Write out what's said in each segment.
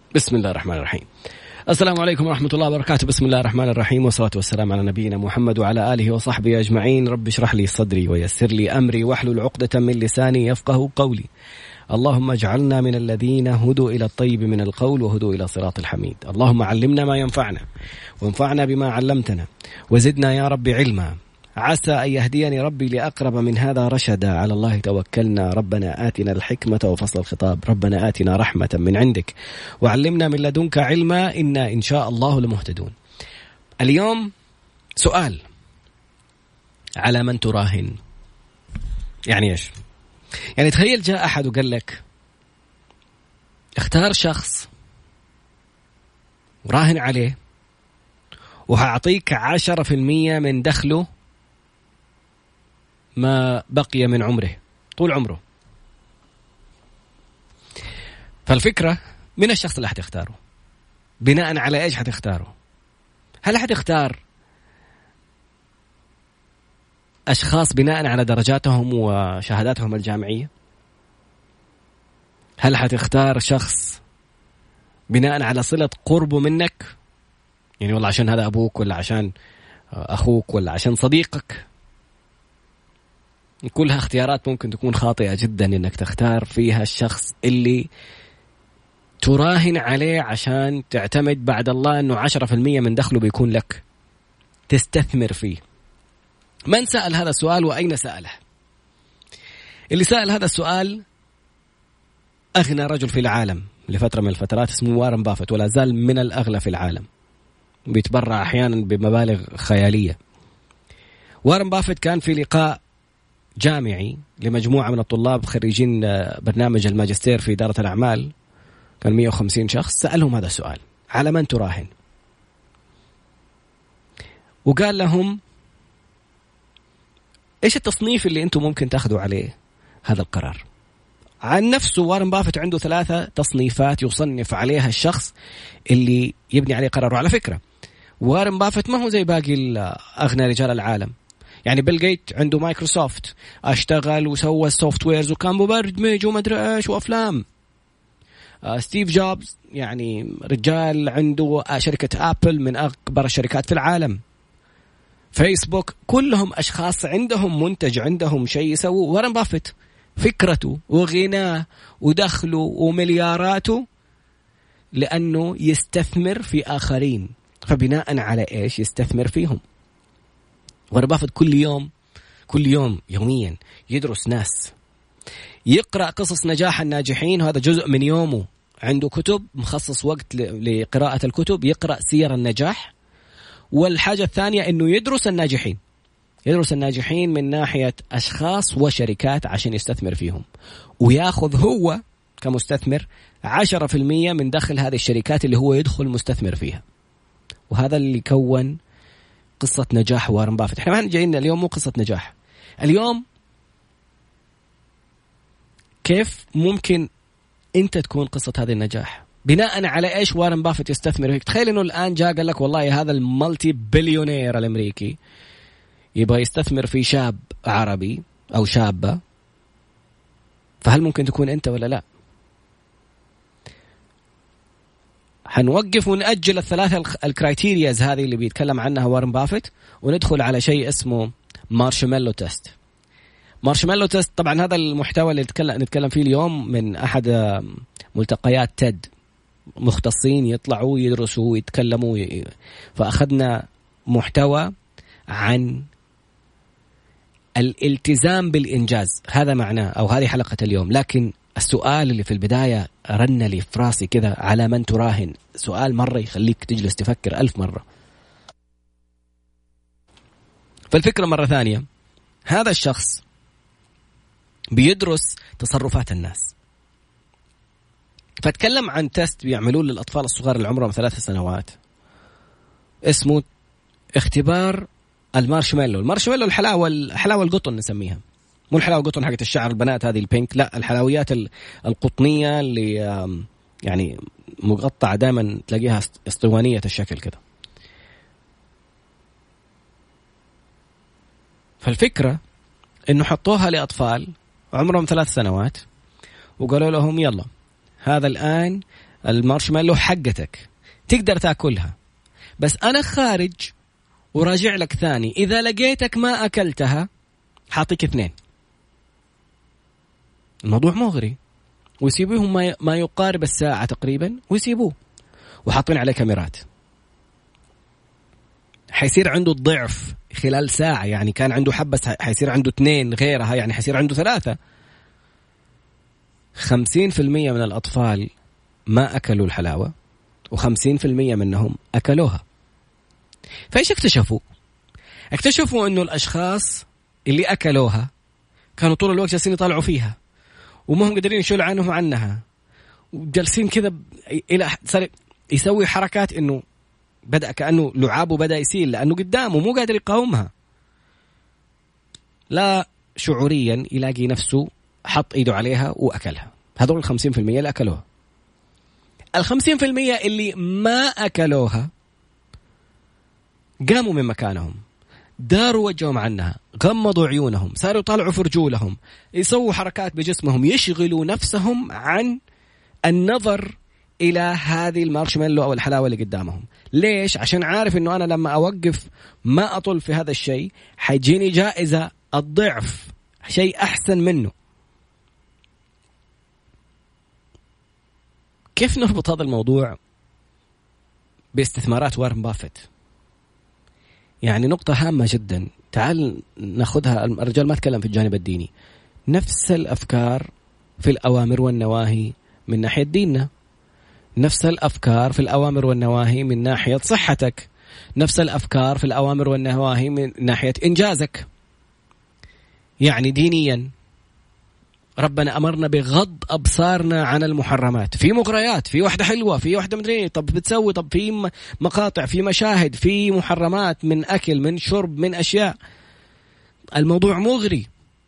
بسم الله الرحمن الرحيم. السلام عليكم ورحمة الله وبركاته. بسم الله الرحمن الرحيم، والصلاة والسلام على نبينا محمد وعلى آله وصحبه أجمعين. رب اشرح لي صدري ويسر لي أمري واحلل عقدة من لساني يفقه قولي. اللهم اجعلنا من الذين هدوا إلى الطيب من القول وهدوا إلى صراط الحميد. اللهم علمنا ما ينفعنا وانفعنا بما علمتنا وزدنا يا رب علما. عسى أن يهديني ربي لأقرب من هذا رشدا. على الله توكلنا. ربنا آتنا الحكمة وفصل الخطاب. ربنا آتنا رحمة من عندك وعلمنا من لدنك علما إنا إن شاء الله لمهتدون. اليوم سؤال: على من تراهن؟ يعني إيش؟ يعني تخيل جاء أحد وقال لك اختار شخص وراهن عليه وهعطيك 10% من دخله ما بقي من عمره، طول عمره. فالفكرة من الشخص اللي حتختاره بناء على ايش حتختاره؟ هل حتختار أشخاص بناء على درجاتهم وشهاداتهم الجامعية؟ هل حتختار شخص بناء على صلة قربه منك، يعني والله عشان هذا أبوك ولا عشان أخوك ولا عشان صديقك؟ كلها اختيارات ممكن تكون خاطئة جدا إنك تختار فيها الشخص اللي تراهن عليه عشان تعتمد بعد الله أنه 10% من دخله بيكون لك تستثمر فيه. من سأل هذا السؤال وأين سأله؟ اللي سأل هذا السؤال أغنى رجل في العالم لفترة من الفترات، اسمه وارن بافت، ولا زال من الأغلى في العالم، بيتبرع أحيانا بمبالغ خيالية. وارن بافت كان في لقاء جامعي لمجموعة من الطلاب خريجين برنامج الماجستير في إدارة الأعمال، كان 150 شخص، سألهم هذا السؤال: على من تراهن؟ وقال لهم: إيش التصنيف اللي أنتم ممكن تأخذوا عليه هذا القرار؟ عن نفسه وارن بافت عنده 3 تصنيفات يصنف عليها الشخص اللي يبني عليه قراره. على فكرة وارن بافت ما هو زي باقي أغنى رجال العالم. يعني بيل جيت عنده مايكروسوفت، اشتغل وسوى السوفت ويرز وكان مبرمج وما ادري ايش وافلام. ستيف جوبز يعني رجال عنده شركة ابل من اكبر الشركات في العالم. فيسبوك، كلهم اشخاص عندهم منتج، عندهم شيء يسووا. وارن بافت فكرته وغناه ودخله وملياراته لانه يستثمر في اخرين، فبناء على ايش يستثمر فيهم. وارن بافت كل يوم يوميا يدرس ناس، يقرأ قصص نجاح الناجحين، وهذا جزء من يومه. عنده كتب، مخصص وقت لقراءة الكتب، يقرأ سير النجاح. والحاجة الثانية أنه يدرس الناجحين من ناحية أشخاص وشركات عشان يستثمر فيهم، ويأخذ هو كمستثمر 10% من دخل هذه الشركات اللي هو يدخل مستثمر فيها. وهذا اللي كون قصة نجاح وارن بافت. احنا ما جايين اليوم مو قصة نجاح، اليوم كيف ممكن انت تكون قصة هذا النجاح، بناء على ايش وارن بافت يستثمر فيك. تخيل انه الان جاء قال لك والله هذا المالتي بليونير الامريكي يبغى يستثمر في شاب عربي او شابة، فهل ممكن تكون انت ولا لا؟ هنوقف ونأجل ال3 الكرايتيرياز هذه اللي بيتكلم عنها وارن بافت، وندخل على شيء اسمه مارشميلو تيست. مارشميلو تيست طبعا هذا المحتوى اللي نتكلم فيه اليوم من أحد ملتقيات تيد، مختصين يطلعوا يدرسوا ويتكلموا. فأخذنا محتوى عن الالتزام بالإنجاز، هذا معناه أو هذه حلقة اليوم. لكن السؤال اللي في البداية رن لي في راسي كذا: على من تراهن؟ سؤال مرة يخليك تجلس تفكر 1000 مرة. فالفكرة مرة ثانية، هذا الشخص بيدرس تصرفات الناس. فاتكلم عن تست بيعملوه للأطفال الصغار اللي عمرهم 3 سنوات، اسمه اختبار المارشميلو. المارشميلو الحلاوة القطن نسميها، مو الحلاوة القطن حقت الشعر البنات هذه البينك، لا، الحلويات القطنية اللي يعني مقطعة دائما تلاقيها اسطوانية الشكل كده. فالفكرة انه حطوها لأطفال عمرهم 3 سنوات وقالوا لهم يلا هذا الآن المارشميلو حقتك تقدر تاكلها، بس أنا خارج وراجع لك ثاني، إذا لقيتك ما أكلتها حاطيك 2. الموضوع مغري. ويسيبوهم ما يقارب الساعة تقريبا، ويسيبوه وحاطين عليه كاميرات. حيصير عنده الضعف خلال ساعة، يعني كان عنده حبة حيصير عنده 2 غيرها، يعني حيصير عنده 3. 50% من الأطفال ما أكلوا الحلاوة، و50% منهم أكلوها. فإيش اكتشفوا؟ اكتشفوا إنه الأشخاص اللي أكلوها كانوا طول الوقت جالسين يطالعوا فيها، وما هم قادرين يشيلوا عنهم عنها، وجالسين كذا إلى صار يسوي حركات إنه بدأ كأنه لعابه بدأ يسيل، لأنه قدامه مو قادر يقاومها. لا شعوريا يلاقي نفسه حط إيده عليها وأكلها. هذول 50% اللي أكلوها. 50% اللي ما أكلوها قاموا من مكانهم، داروا وجههم عنها، غمضوا عيونهم، صاروا يطالعوا في رجولهم، يسووا حركات بجسمهم، يشغلوا نفسهم عن النظر إلى هذه المارشميلو أو الحلاوة اللي قدامهم. ليش؟ عشان عارف إنه أنا لما أوقف ما أطل في هذا الشيء حيجيني جائزة الضعف، شيء أحسن منه. كيف نربط هذا الموضوع باستثمارات وارن بافيت؟ يعني نقطة هامة جدا. تعال ناخذها. الرجال ما تكلم في الجانب الديني. نفس الأفكار في الأوامر والنواهي من ناحية ديننا، نفس الأفكار في الأوامر والنواهي من ناحية صحتك، نفس الأفكار في الأوامر والنواهي من ناحية إنجازك. يعني دينيا ربنا أمرنا بغض أبصارنا عن المحرمات. في مغريات، في واحدة حلوة، في واحدة مدري، طب بتسوي، طب في مقاطع، في مشاهد، في محرمات من أكل، من شرب، من أشياء. الموضوع مغري.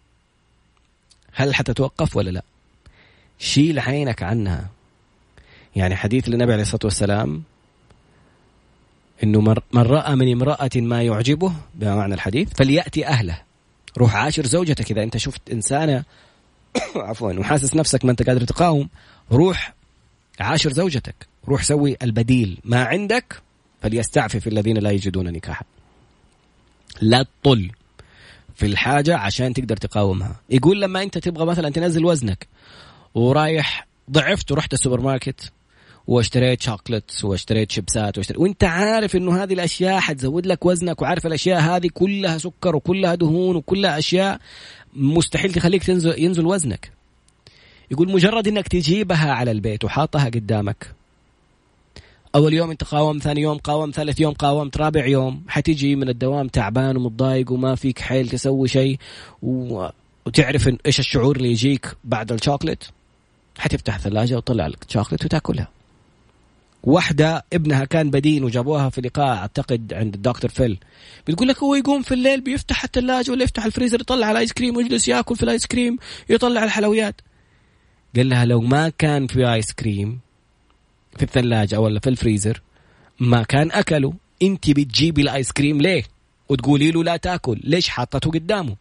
هل حتتوقف ولا لا؟ شيل عينك عنها. يعني حديث للنبي عليه الصلاة والسلام إنه من رأى من امرأة ما يعجبه، بمعنى الحديث، فليأتي أهله. روح عاشر زوجتك. إذا أنت شفت إنسانة عفوا وحاسس نفسك ما أنت قادر تقاوم، روح عاشر زوجتك، روح سوي البديل. ما عندك فليستعفف الذين لا يجدون نكاحا. لا تطل في الحاجة عشان تقدر تقاومها. يقول لما أنت تبغى مثلا تنزل وزنك ورايح ضعفت ورحت السوبر ماركت واشتريت شوكولاتس واشتريت شيبسات وانت عارف انه هذه الاشياء حتزود لك وزنك، وعارف الاشياء هذه كلها سكر وكلها دهون وكلها اشياء مستحيل تخليك ينزل وزنك. يقول مجرد انك تجيبها على البيت وحاطها قدامك، اول يوم انت قاوم، ثاني يوم قاوم، ثالث يوم قاومت، رابع يوم حتيجي من الدوام تعبان ومتضايق وما فيك حيل تسوي شيء، وتعرف ايش الشعور اللي يجيك بعد الشوكولات. حتفتح الثلاجة وتطلع لك شوكولات وتاكلها. واحدة ابنها كان بدين وجابوها في لقاء أعتقد عند الدكتور فيل، بتقول لك هو يقوم في الليل بيفتح الثلاجة ولا يفتح الفريزر يطلع الآيس كريم ويجلس يأكل في الآيس كريم، يطلع الحلويات. قال لها لو ما كان في آيس كريم في الثلاجة ولا في الفريزر ما كان أكله. انت بتجيبي الآيس كريم ليه وتقولي له لا تأكل؟ ليش حاطته قدامه؟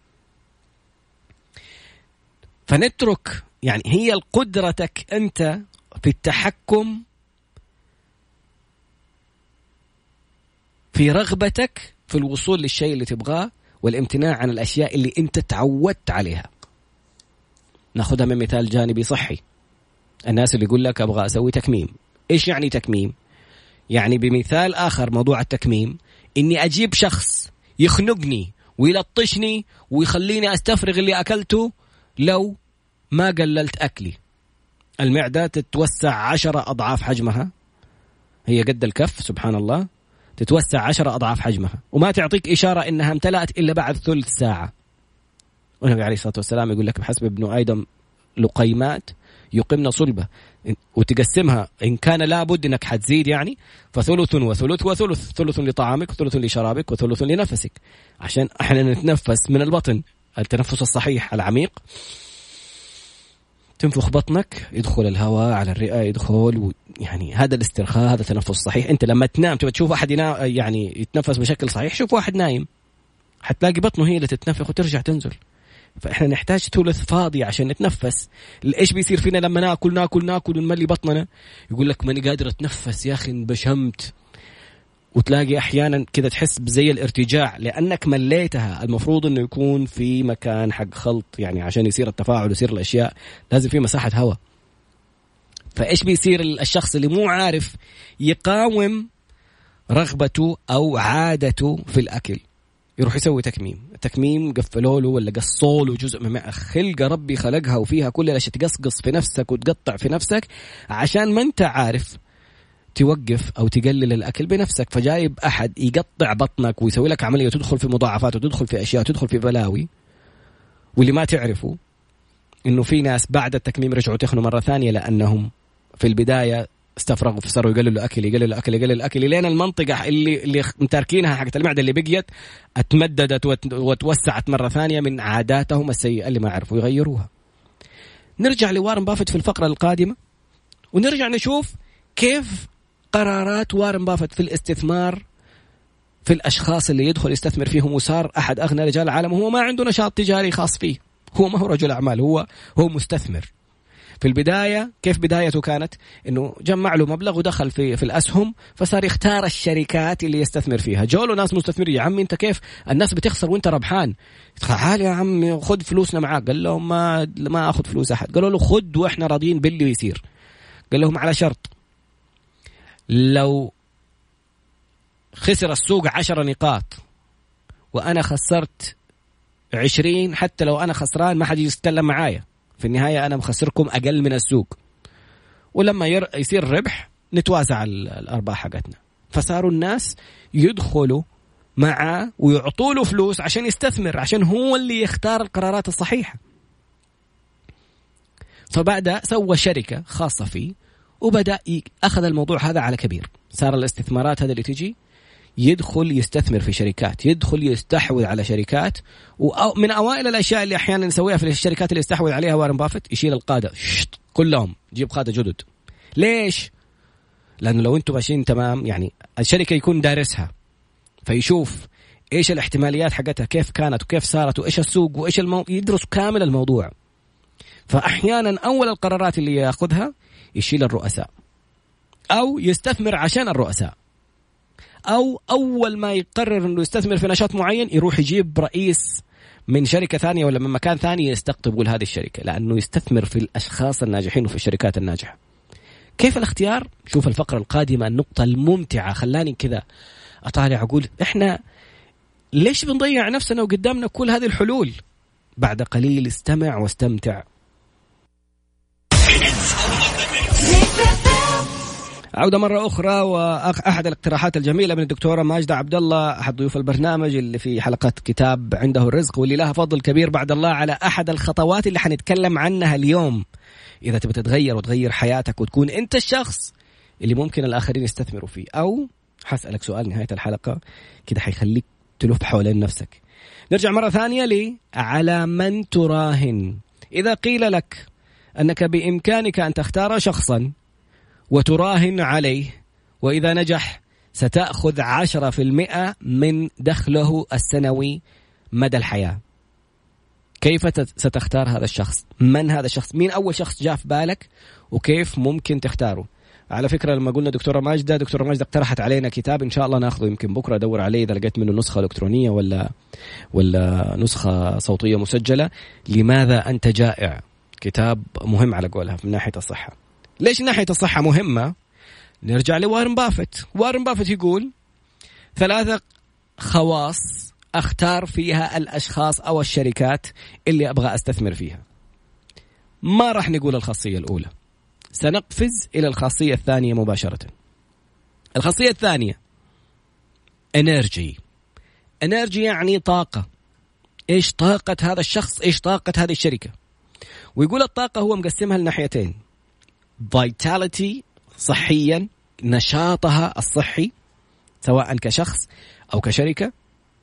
فنترك، يعني هي قدرتك أنت في التحكم في رغبتك في الوصول للشيء اللي تبغاه والامتناع عن الأشياء اللي أنت تعودت عليها. ناخذها من مثال جانبي صحي. الناس اللي يقول لك أبغى أسوي تكميم. إيش يعني تكميم؟ يعني بمثال آخر موضوع التكميم إني أجيب شخص يخنقني ويلطشني ويخليني أستفرغ اللي أكلته لو ما قللت أكلي. المعدة تتوسع 10 أضعاف حجمها، هي قد الكف سبحان الله، تتوسع 10 أضعاف حجمها وما تعطيك إشارة إنها امتلأت إلا بعد ثلث ساعة. والنبي عليه الصلاة والسلام يقول لك بحسب ابن آدم لقيمات يقمن صلبة، وتقسمها إن كان لابد إنك حتزيد يعني فثلث وثلث وثلث، ثلث لطعامك وثلث لشرابك وثلث لنفسك، عشان احنا نتنفس من البطن التنفس الصحيح العميق. تنفخ بطنك يدخل الهواء على الرئة يدخل، يعني هذا الاسترخاء، هذا التنفس الصحيح. انت لما تنام تبغى تشوف احد يعني يتنفس بشكل صحيح، شوف واحد نايم حتلاقي بطنه هي اللي تتنفخ وترجع تنزل. فإحنا نحتاج ثلث فاضي عشان نتنفس. إيش بيصير فينا لما ناكل ونملي بطننا؟ يقول لك ماني قادر أتنفس يا أخي بشمت، وتلاقي أحيانا كده تحس بزي الارتجاع لأنك مليتها. المفروض أنه يكون في مكان حق خلط، يعني عشان يصير التفاعل ويصير الأشياء لازم في مساحة هواء. فإيش بيصير الشخص اللي مو عارف يقاوم رغبته أو عادته في الأكل؟ يروح يسوي تكميم قفلوا له ولا قصوا له جزء من خلقة ربي خلقها وفيها كل الأشياء، تقصقص في نفسك وتقطع في نفسك عشان ما أنت عارف توقف أو تقلل الأكل بنفسك. فجايب أحد يقطع بطنك ويسوي لك عملية وتدخل في مضاعفات وتدخل في أشياء وتدخل في بلاوي. واللي ما تعرفوا إنه في ناس بعد التكميم رجعوا تخنوا مرة ثانية لأنهم في البداية استفرغوا فصاروا يقللوا أكل لين المنطقة اللي متاركينها حقت المعدة اللي بقيت اتمددت وتوسعت مرة ثانية من عاداتهم السيئة اللي ما عرفوا يغيروها. نرجع لوارن بافيت في الفقرة القادمة ونرجع نشوف كيف قرارات وارن بافيت في الاستثمار في الأشخاص اللي يدخل يستثمر فيهم وصار أحد أغنى رجال العالم. هو ما عنده نشاط تجاري خاص فيه، هو ما هو رجل أعمال، هو مستثمر. في البداية كيف بدايته كانت؟ إنه جمع له مبلغ ودخل في الأسهم، فصار يختار الشركات اللي يستثمر فيها. جوله ناس مستثمرين، يا عمي أنت كيف الناس بتخسر وأنت ربحان؟ تعال يا عمي خد فلوسنا معاك. قال لهم ما أخذ فلوس أحد. قالوا له خد وإحنا راضيين باللي يصير. قال لهم على شرط، لو خسر السوق 10 نقاط وأنا خسرت 20، حتى لو أنا خسران ما حد يتكلم معايا، في النهاية أنا مخسركم أقل من السوق، ولما يصير ربح نتوازع الأرباح حقتنا. فصاروا الناس يدخلوا معه ويعطوا له فلوس عشان يستثمر، عشان هو اللي يختار القرارات الصحيحة. فبعد سوى شركة خاصة فيه وبدأ أخذ الموضوع هذا على كبير. صار الاستثمارات هذا اللي تجي يدخل يستثمر في شركات، يدخل يستحوذ على شركات. ومن أوائل الأشياء اللي أحيانا نسويها في الشركات اللي يستحوذ عليها وارن بافيت يشيل القادة كلهم، يجيب قادة جدد. ليش؟ لأنه لو أنتم ماشيين تمام، يعني الشركة يكون دارسها فيشوف إيش الاحتماليات حقتها، كيف كانت وكيف صارت وإيش السوق وإيش يدرس كامل الموضوع. فأحيانا أول القرارات اللي يأخذها يشيل الرؤساء أو يستثمر عشان الرؤساء، أو أول ما يقرر أنه يستثمر في نشاط معين يروح يجيب رئيس من شركة ثانية ولا من مكان ثاني يستقطب هذه الشركة، لأنه يستثمر في الأشخاص الناجحين وفي الشركات الناجحة. كيف الاختيار؟ شوف الفقرة القادمة النقطة الممتعة. خلاني كذا أطالع أقول إحنا ليش بنضيع نفسنا وقدامنا كل هذه الحلول؟ بعد قليل استمع واستمتع. عودة مرة أخرى، وأحد الاقتراحات الجميلة من الدكتورة ماجدة عبد الله، أحد ضيوف البرنامج اللي في حلقات كتاب عنده الرزق، واللي لها فضل كبير بعد الله على أحد الخطوات اللي حنتكلم عنها اليوم. إذا تبي تتغير وتغير حياتك وتكون أنت الشخص اللي ممكن الآخرين يستثمروا فيه، أو حسألك سؤال نهاية الحلقة كده حيخليك تلف حوالين نفسك. نرجع مرة ثانية لي على من تراهن. إذا قيل لك أنك بإمكانك أن تختار شخصا وتراهن عليه، وإذا نجح ستأخذ 10% من دخله السنوي مدى الحياة، كيف ستختار هذا الشخص؟ من هذا الشخص؟ مين أول شخص جاء في بالك وكيف ممكن تختاره؟ على فكرة لما قلنا دكتورة ماجدة اقترحت علينا كتاب، إن شاء الله ناخذه، يمكن بكرة أدور عليه إذا لقيت منه نسخة إلكترونية ولا نسخة صوتية مسجلة. لماذا أنت جائع؟ كتاب مهم على قولها من ناحية الصحة. ليش ناحية الصحة مهمة؟ نرجع لوارن بافيت. وارن بافيت يقول 3 خواص أختار فيها الأشخاص أو الشركات اللي أبغى أستثمر فيها. ما راح نقول الخاصية الأولى، سنقفز إلى الخاصية الثانية مباشرة. الخاصية الثانية انرجي يعني طاقة. إيش طاقة هذا الشخص؟ إيش طاقة هذه الشركة؟ ويقول الطاقة هو مقسمها لناحيتين: vitality صحيا، نشاطها الصحي سواء كشخص أو كشركة،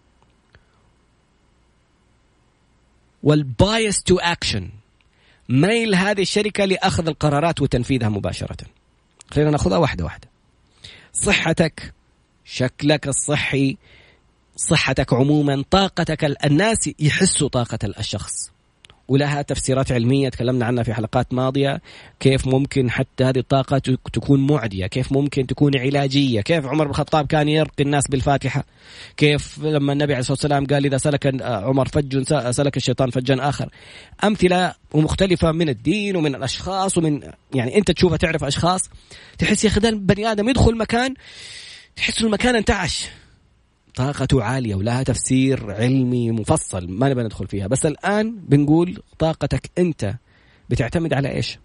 والbias to action، ميل هذه الشركة لأخذ القرارات وتنفيذها مباشرة. خلينا نأخذها واحدة واحدة. صحتك، شكلك الصحي، صحتك عموما، طاقتك. الناس يحسوا طاقة الشخص، ولها تفسيرات علمية تكلمنا عنها في حلقات ماضية. كيف ممكن حتى هذه الطاقة تكون معدية، كيف ممكن تكون علاجية، كيف عمر بن الخطاب كان يرقي الناس بالفاتحة، كيف لما النبي عليه الصلاة والسلام قال إذا سلك عمر فج سلك الشيطان فجا آخر. أمثلة ومختلفة من الدين ومن الأشخاص، ومن يعني أنت تشوفها تعرف أشخاص تحس يا أخي بني آدم يدخل مكان تحس المكان انتعش، طاقته عالية ولها تفسير علمي مفصل ما نبي ندخل فيها. بس الآن بنقول طاقتك أنت بتعتمد على إيش؟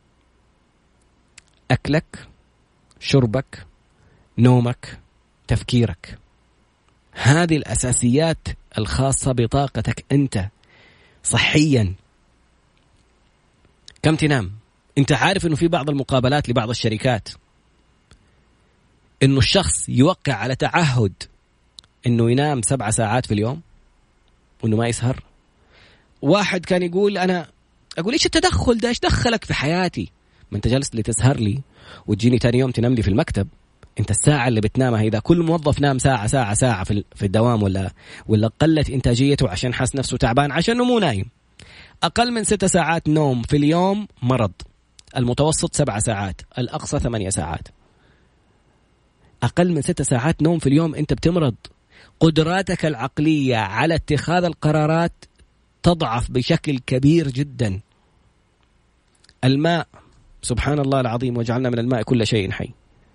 أكلك، شربك، نومك، تفكيرك. هذه الأساسيات الخاصة بطاقتك أنت صحيا. كم تنام؟ أنت عارف أنه في بعض المقابلات لبعض الشركات أنه الشخص يوقع على تعهد أنه ينام 7 ساعات في اليوم وأنه ما يسهر. واحد كان يقول أنا أقول إيش التدخل ده؟ إيش دخلك في حياتي؟ ما أنت جالس لتسهر لي وتجيني تاني يوم تنام لي في المكتب. أنت الساعة اللي بتنامها إذا كل موظف نام ساعة في الدوام ولا قلت إنتاجيته عشان حاس نفسه تعبان عشان مو نايم. أقل من 6 ساعات نوم في اليوم مرض، المتوسط 7 ساعات، الأقصى 8 ساعات. أقل من 6 ساعات نوم في اليوم أنت بتمرض. قدراتك العقلية على اتخاذ القرارات تضعف بشكل كبير جدا. الماء، سبحان الله العظيم، وجعلنا من الماء كل شيء حي.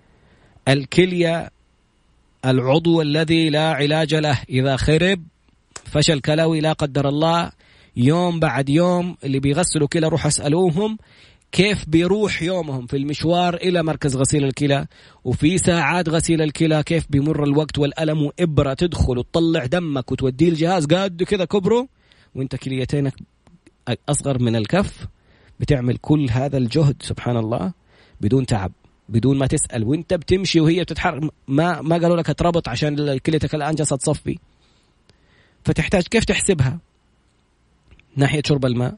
الكلية، العضو الذي لا علاج له، إذا خرب فشل كلوي لا قدر الله، يوم بعد يوم اللي بيغسلوا كلى روح اسألوهم كيف بيروح يومهم في المشوار إلى مركز غسيل الكلى، وفي ساعات غسيل الكلى كيف بيمر الوقت والألم، وإبرة تدخل وتطلع دمك وتوديه الجهاز قاد كذا كبره وانت كليتينك أصغر من الكف، بتعمل كل هذا الجهد سبحان الله بدون تعب، بدون ما تسأل، وانت بتمشي وهي بتتحرك. ما قالوا لك تربط عشان كليتك الآن جالسة تصفي. فتحتاج كيف تحسبها؟ ناحية شرب الماء،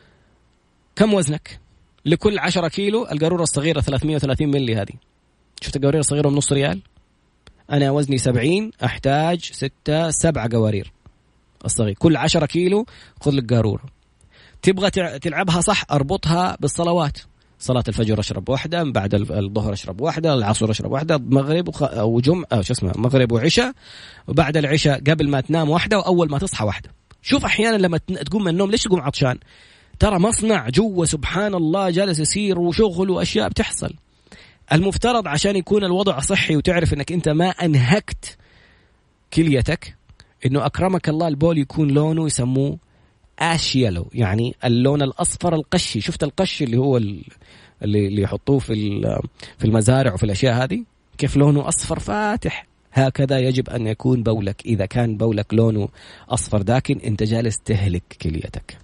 كم وزنك؟ لكل 10 كيلو القارورة الصغيرة 330 ملي، هذه شفت القوارير الصغيرة من نص ريال؟ أنا وزني 70 أحتاج 6-7 قوارير الصغير. كل 10 كيلو خذ لك قارورة. تبغى تلعبها صح أربطها بالصلوات، صلاة الفجر أشرب واحدة، بعد الظهر أشرب واحدة، العصر أشرب واحدة، مغرب وجمعة مغرب وعشاء، وبعد العشاء قبل ما تنام واحدة، وأول ما تصحى واحدة. شوف أحيانا لما تقوم من النوم ليش تقوم عطشان؟ ترى مصنع جوا سبحان الله جالس يصير وشغل وأشياء بتحصل. المفترض عشان يكون الوضع صحي وتعرف أنك أنت ما أنهكت كليتك، أنه أكرمك الله البول يكون لونه يسموه آش يلو، يعني اللون الأصفر القشي. شفت القش اللي هو اللي يحطوه في المزارع وفي الأشياء هذه كيف لونه أصفر فاتح؟ هكذا يجب أن يكون بولك. إذا كان بولك لونه أصفر داكن أنت جالس تهلك كليتك.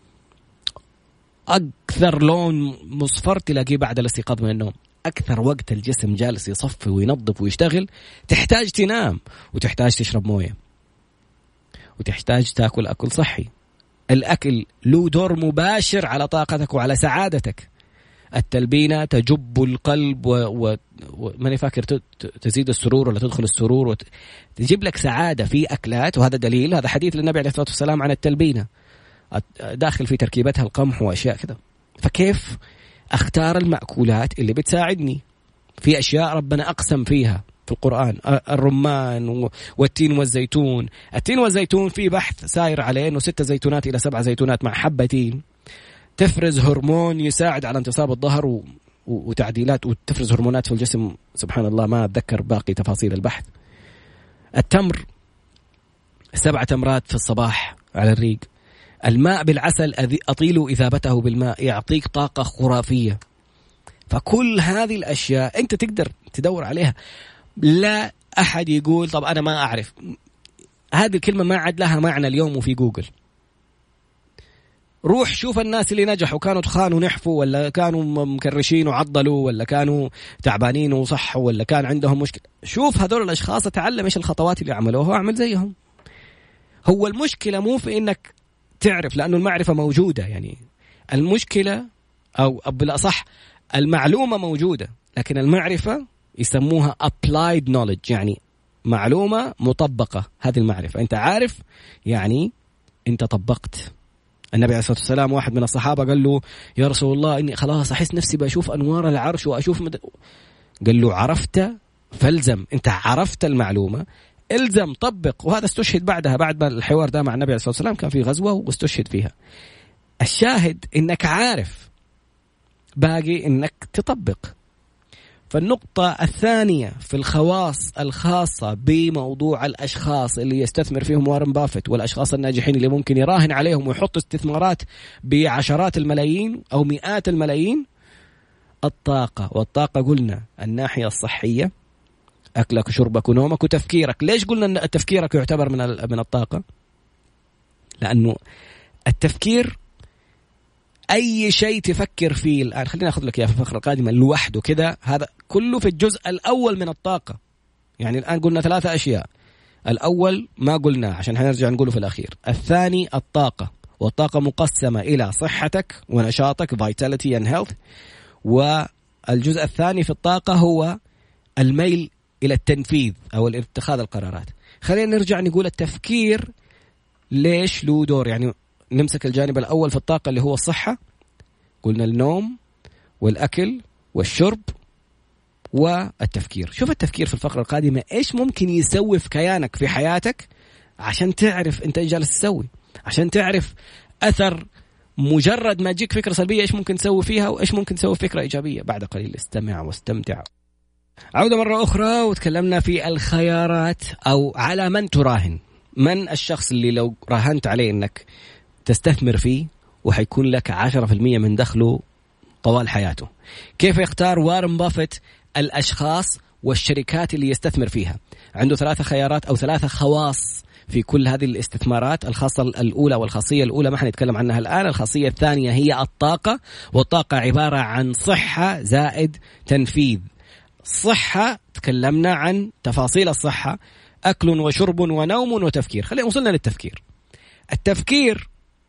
أكثر لون مصفر تلاقيه بعد الاستيقاظ من النوم. أكثر وقت الجسم جالس يصفي وينظف ويشتغل تحتاج تنام، وتحتاج تشرب موية، وتحتاج تأكل أكل صحي. الأكل له دور مباشر على طاقتك وعلى سعادتك. التلبينة تجب القلب وماني فاكر تزيد السرور ولا تدخل السرور تجيب لك سعادة في أكلات. وهذا دليل، هذا حديث للنبي عليه الصلاة والسلام عن التلبينة، داخل في تركيبتها القمح وأشياء كذا. فكيف أختار المأكولات اللي بتساعدني؟ في أشياء ربنا أقسم فيها في القرآن، الرمان والتين والزيتون. التين والزيتون في بحث ساير عليه أنه 6 زيتونات إلى 7 زيتونات مع حبتين تفرز هرمون يساعد على انتصاب الظهر وتعديلات، وتفرز هرمونات في الجسم سبحان الله، ما أتذكر باقي تفاصيل البحث. التمر 7 تمرات في الصباح على الريق. الماء بالعسل أطيل إذابته بالماء يعطيك طاقة خرافية. فكل هذه الأشياء أنت تقدر تدور عليها. لا أحد يقول طب أنا ما أعرف، هذه الكلمة ما عاد لها معنى اليوم وفي جوجل. روح شوف الناس اللي نجحوا، كانوا تخانوا ونحفوا، ولا كانوا مكرشين وعضلوا، ولا كانوا تعبانين وصحوا، ولا كان عندهم مشكلة. شوف هذول الأشخاص، اتعلم إيش الخطوات اللي عملوها واعمل زيهم. هو المشكلة مو في إنك تعرف، لأنه المعرفة موجودة. يعني المشكلة أو بالأصح المعلومة موجودة، لكن المعرفة يسموها applied knowledge، يعني معلومة مطبقة. هذه المعرفة أنت عارف، يعني أنت طبقت. النبي عليه الصلاة والسلام واحد من الصحابة قال له يا رسول الله إني خلاص أحس نفسي بشوف أنوار العرش وأشوف قال له عرفت فالزم، أنت عرفت المعلومة الزم طبق. وهذا استشهد بعدها، بعد ما الحوار ده مع النبي عليه الصلاة والسلام كان في غزوة واستشهد فيها. الشاهد إنك عارف، باقي إنك تطبق. فالنقطة الثانية في الخواص الخاصة بموضوع الأشخاص اللي يستثمر فيهم وارن بافيت والأشخاص الناجحين اللي ممكن يراهن عليهم ويحط استثمارات بعشرات الملايين أو مئات الملايين، الطاقة. والطاقة قلنا الناحية الصحية، أكلك وشربك ونومك وتفكيرك. ليش قلنا أن تفكيرك يعتبر من الطاقة؟ لأنه التفكير أي شيء تفكر فيه الآن، خلينا أخذ لك إياه في الفقرة القادمة لوحده كده، هذا كله في الجزء الأول من الطاقة. يعني الآن قلنا 3 أشياء، الأول ما قلنا عشان هنرجع نقوله في الأخير. الثاني الطاقة، والطاقة مقسمة إلى صحتك ونشاطك vitality and health. والجزء الثاني في الطاقة هو الميل إلى التنفيذ أو اتخاذ القرارات. خلينا نرجع نقول التفكير ليش له دور. يعني نمسك الجانب الأول في الطاقة اللي هو الصحة، قلنا النوم والأكل والشرب والتفكير. شوف التفكير في الفقرة القادمة إيش ممكن يسوي في كيانك في حياتك عشان تعرف أنت إيش جالس تسوي، عشان تعرف أثر مجرد ما تجيك فكرة سلبية إيش ممكن تسوي فيها وإيش ممكن تسوي فكرة إيجابية. بعد قليل استمع واستمتع. عودة مرة أخرى، وتكلمنا في الخيارات أو على من تراهن. من الشخص اللي لو راهنت عليه أنك تستثمر فيه وحيكون لك 10% من دخله طوال حياته. كيف يختار وارن بافيت الأشخاص والشركات اللي يستثمر فيها؟ عنده 3 خيارات أو 3 خواص في كل هذه الاستثمارات. الخاصة الأولى والخاصية الأولى ما حنتكلم عنها الآن. الخاصية الثانية هي الطاقة، والطاقة عبارة عن صحة زائد تنفيذ. صحة تكلمنا عن تفاصيل الصحة، أكل وشرب ونوم وتفكير. خلينا وصلنا للتفكير. التفكير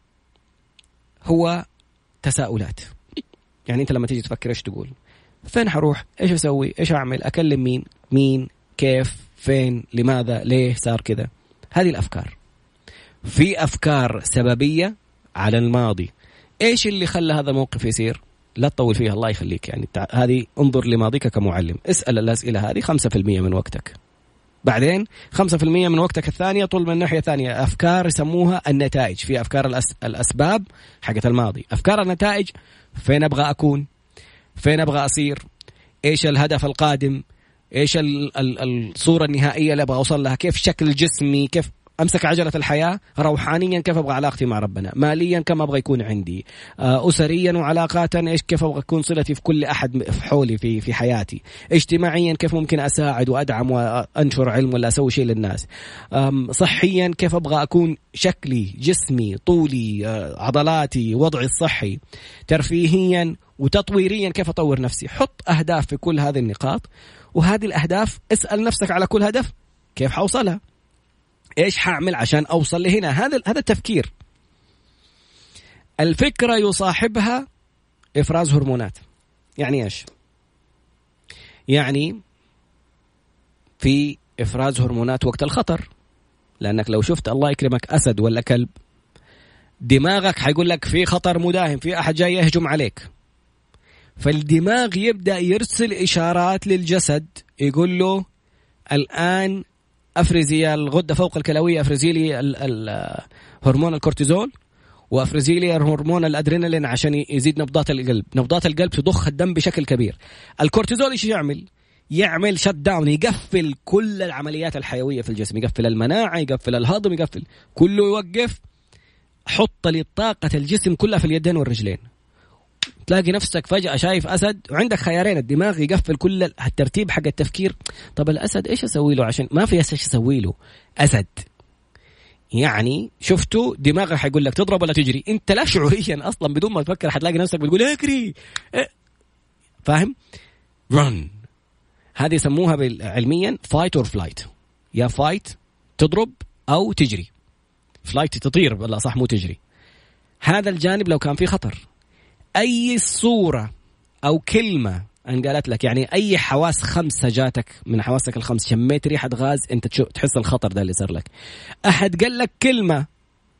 هو تساؤلات. يعني أنت لما تيجي تفكر إيش تقول؟ فين حروح؟ إيش أسوي؟ إيش أعمل؟ أكلم مين؟ كيف؟ فين؟ لماذا؟ ليه صار كذا؟ هذه الأفكار. في أفكار سببية على الماضي. إيش اللي خلى هذا الموقف يصير؟ لا تطول فيها الله يخليك. يعني هذه انظر لماضيك كمعلم، اسأل الأسئلة هذه 5% من وقتك. بعدين 5% من وقتك الثانية طول من الناحية الثانية أفكار يسموها النتائج. في أفكار الأسباب حقت الماضي، أفكار النتائج فين أبغى أكون، فين أبغى أصير، إيش الهدف القادم، إيش الصورة النهائية اللي أبغى أوصل لها، كيف شكل جسمي، كيف أمسك عجلة الحياة، روحانيا كيف أبغى علاقتي مع ربنا، ماليا كم أبغى يكون عندي، أسريا وعلاقات إيش كيف أبغى أكون صلتي في كل أحد في حولي في حياتي، اجتماعيا كيف ممكن أساعد وأدعم وأنشر علم ولا أسوي شيء للناس، صحيا كيف أبغى أكون شكلي جسمي طولي عضلاتي وضعي الصحي، ترفيهيا وتطويريا كيف أطور نفسي. حط أهداف في كل هذه النقاط، وهذه الأهداف اسأل نفسك على كل هدف كيف حوصلها، إيش حاعمل عشان أوصل لهنا. هذا التفكير. الفكرة يصاحبها إفراز هرمونات. يعني إيش؟ يعني في إفراز هرمونات وقت الخطر، لأنك لو شفت الله يكرمك أسد ولا كلب، دماغك حيقول لك في خطر مداهم، في أحد جاي يهجم عليك، فالدماغ يبدأ يرسل إشارات للجسد يقول له الآن أفرزي الغدة فوق الكلوية، أفرزي لي هرمون الكورتيزول، وأفرزي لي هرمون الأدرينالين عشان يزيد نبضات القلب. نبضات القلب تضخ الدم بشكل كبير. الكورتيزول إيش يعمل شت داون، يقفل كل العمليات الحيوية في الجسم، يقفل المناعة، يقفل الهضم، يقفل كله، يوقف. حط لي طاقة الجسم كلها في اليدين والرجلين، تلاقي نفسك فجأة شايف أسد وعندك خيارين. الدماغ يقفل كل الترتيب حق التفكير. طب الأسد إيش أسوي له؟ عشان ما في إيش أسوي له. أسد يعني شفته دماغك حيقول لك تضرب ولا تجري. أنت لا شعوريا أصلا بدون ما تفكر حتلاقي نفسك بتقول اجري. فاهم؟ run. هذه يسموها علميا fight or flight. يا fight تضرب أو تجري. flight تطير ولا صح مو تجري. هذا الجانب لو كان فيه خطر. أي صورة أو كلمة أن قالت لك، يعني أي حواس 5 جاتك من حواسك ال5، شميت ريحة غاز، أنت تحس الخطر ده اللي صار لك. أحد قال لك كلمة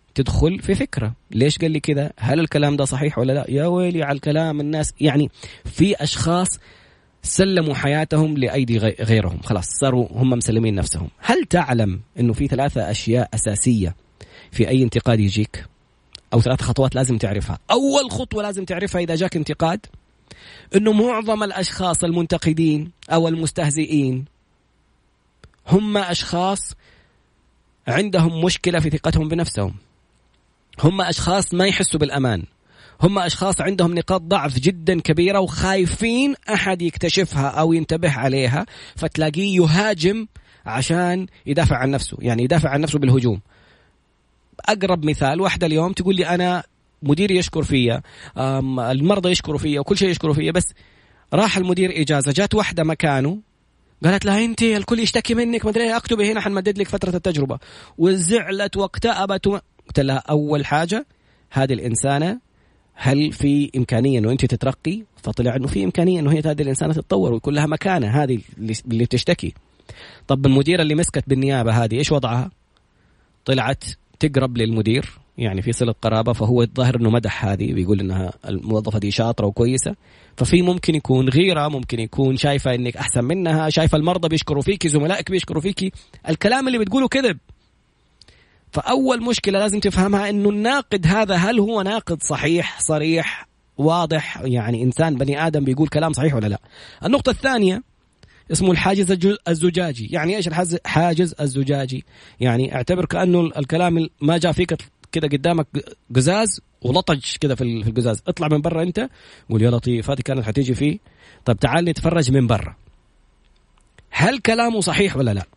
تدخل في فكرة ليش قال لي كذا، هل الكلام ده صحيح ولا لا، يا ويلي على الكلام الناس. يعني في أشخاص سلموا حياتهم لأيدي غيرهم، خلاص صاروا هم مسلمين نفسهم. هل تعلم أنه في 3 أشياء أساسية في أي انتقاد يجيك، أو 3 خطوات لازم تعرفها؟ أول خطوة لازم تعرفها إذا جاك انتقاد، أنه معظم الأشخاص المنتقدين أو المستهزئين هم أشخاص عندهم مشكلة في ثقتهم بنفسهم، هم أشخاص ما يحسوا بالأمان، هم أشخاص عندهم نقاط ضعف جدا كبيرة وخايفين أحد يكتشفها أو ينتبه عليها، فتلاقيه يهاجم عشان يدافع عن نفسه، يعني يدافع عن نفسه بالهجوم. أقرب مثال، واحدة اليوم تقول لي أنا مديري يشكر فيا، المرضى يشكروا فيا، وكل شيء يشكروا فيا، بس راح المدير إجازة، جات واحدة مكانه قالت لها أنت الكل يشتكي منك، ما أدري أكتبي هنا حنمدد لك فترة التجربة، وزعلت واكتئبت قلت لها أول حاجة هذه الإنسانة هل في إمكانية أنه أنت تترقي؟ فطلع أنه في إمكانية أنه هذه الإنسانة تتطور ويكون لها مكانة، هذه اللي بتشتكي. طب المديرة اللي مسكت بالنيابة هذه إيش وضعها؟ طلعت تقرب للمدير، يعني في صلة قرابة، فهو الظاهر أنه مدح هذه، بيقول أنها الموظفة دي شاطرة وكويسة، ففي ممكن يكون غيرة، ممكن يكون شايفة أنك أحسن منها، شايفة المرضى بيشكروا فيكي، زملائك بيشكروا فيكي، الكلام اللي بتقوله كذب. فأول مشكلة لازم تفهمها أنه الناقد هذا هل هو ناقد صحيح صريح واضح، يعني إنسان بني آدم بيقول كلام صحيح ولا لا. النقطة الثانية اسمه الحاجز الزجاجي. يعني إيش الحاجز الزجاجي؟ يعني اعتبر كأنه الكلام ما جاء فيك كده قدامك قزاز ولطج كده في القزاز، اطلع من برا أنت قول يا لطيف هذه كانت حتيجي فيه، طب تعال نتفرج من برا هل كلامه صحيح ولا لا،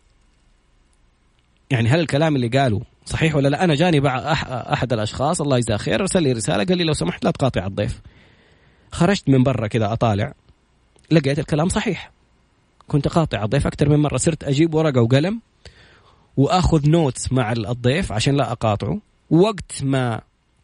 يعني هل الكلام اللي قاله صحيح ولا لا. أنا جاني أحد الأشخاص الله يجزاه خير رسل لي رسالة قال لي لو سمحت لا تقاطع الضيف. خرجت من برا كده أطالع لقيت الكلام صحيح، كنت قاطع الضيف أكتر من مرة، صرت أجيب ورقة وقلم وأخذ نوتس مع الضيف عشان لا أقاطعه، وقت ما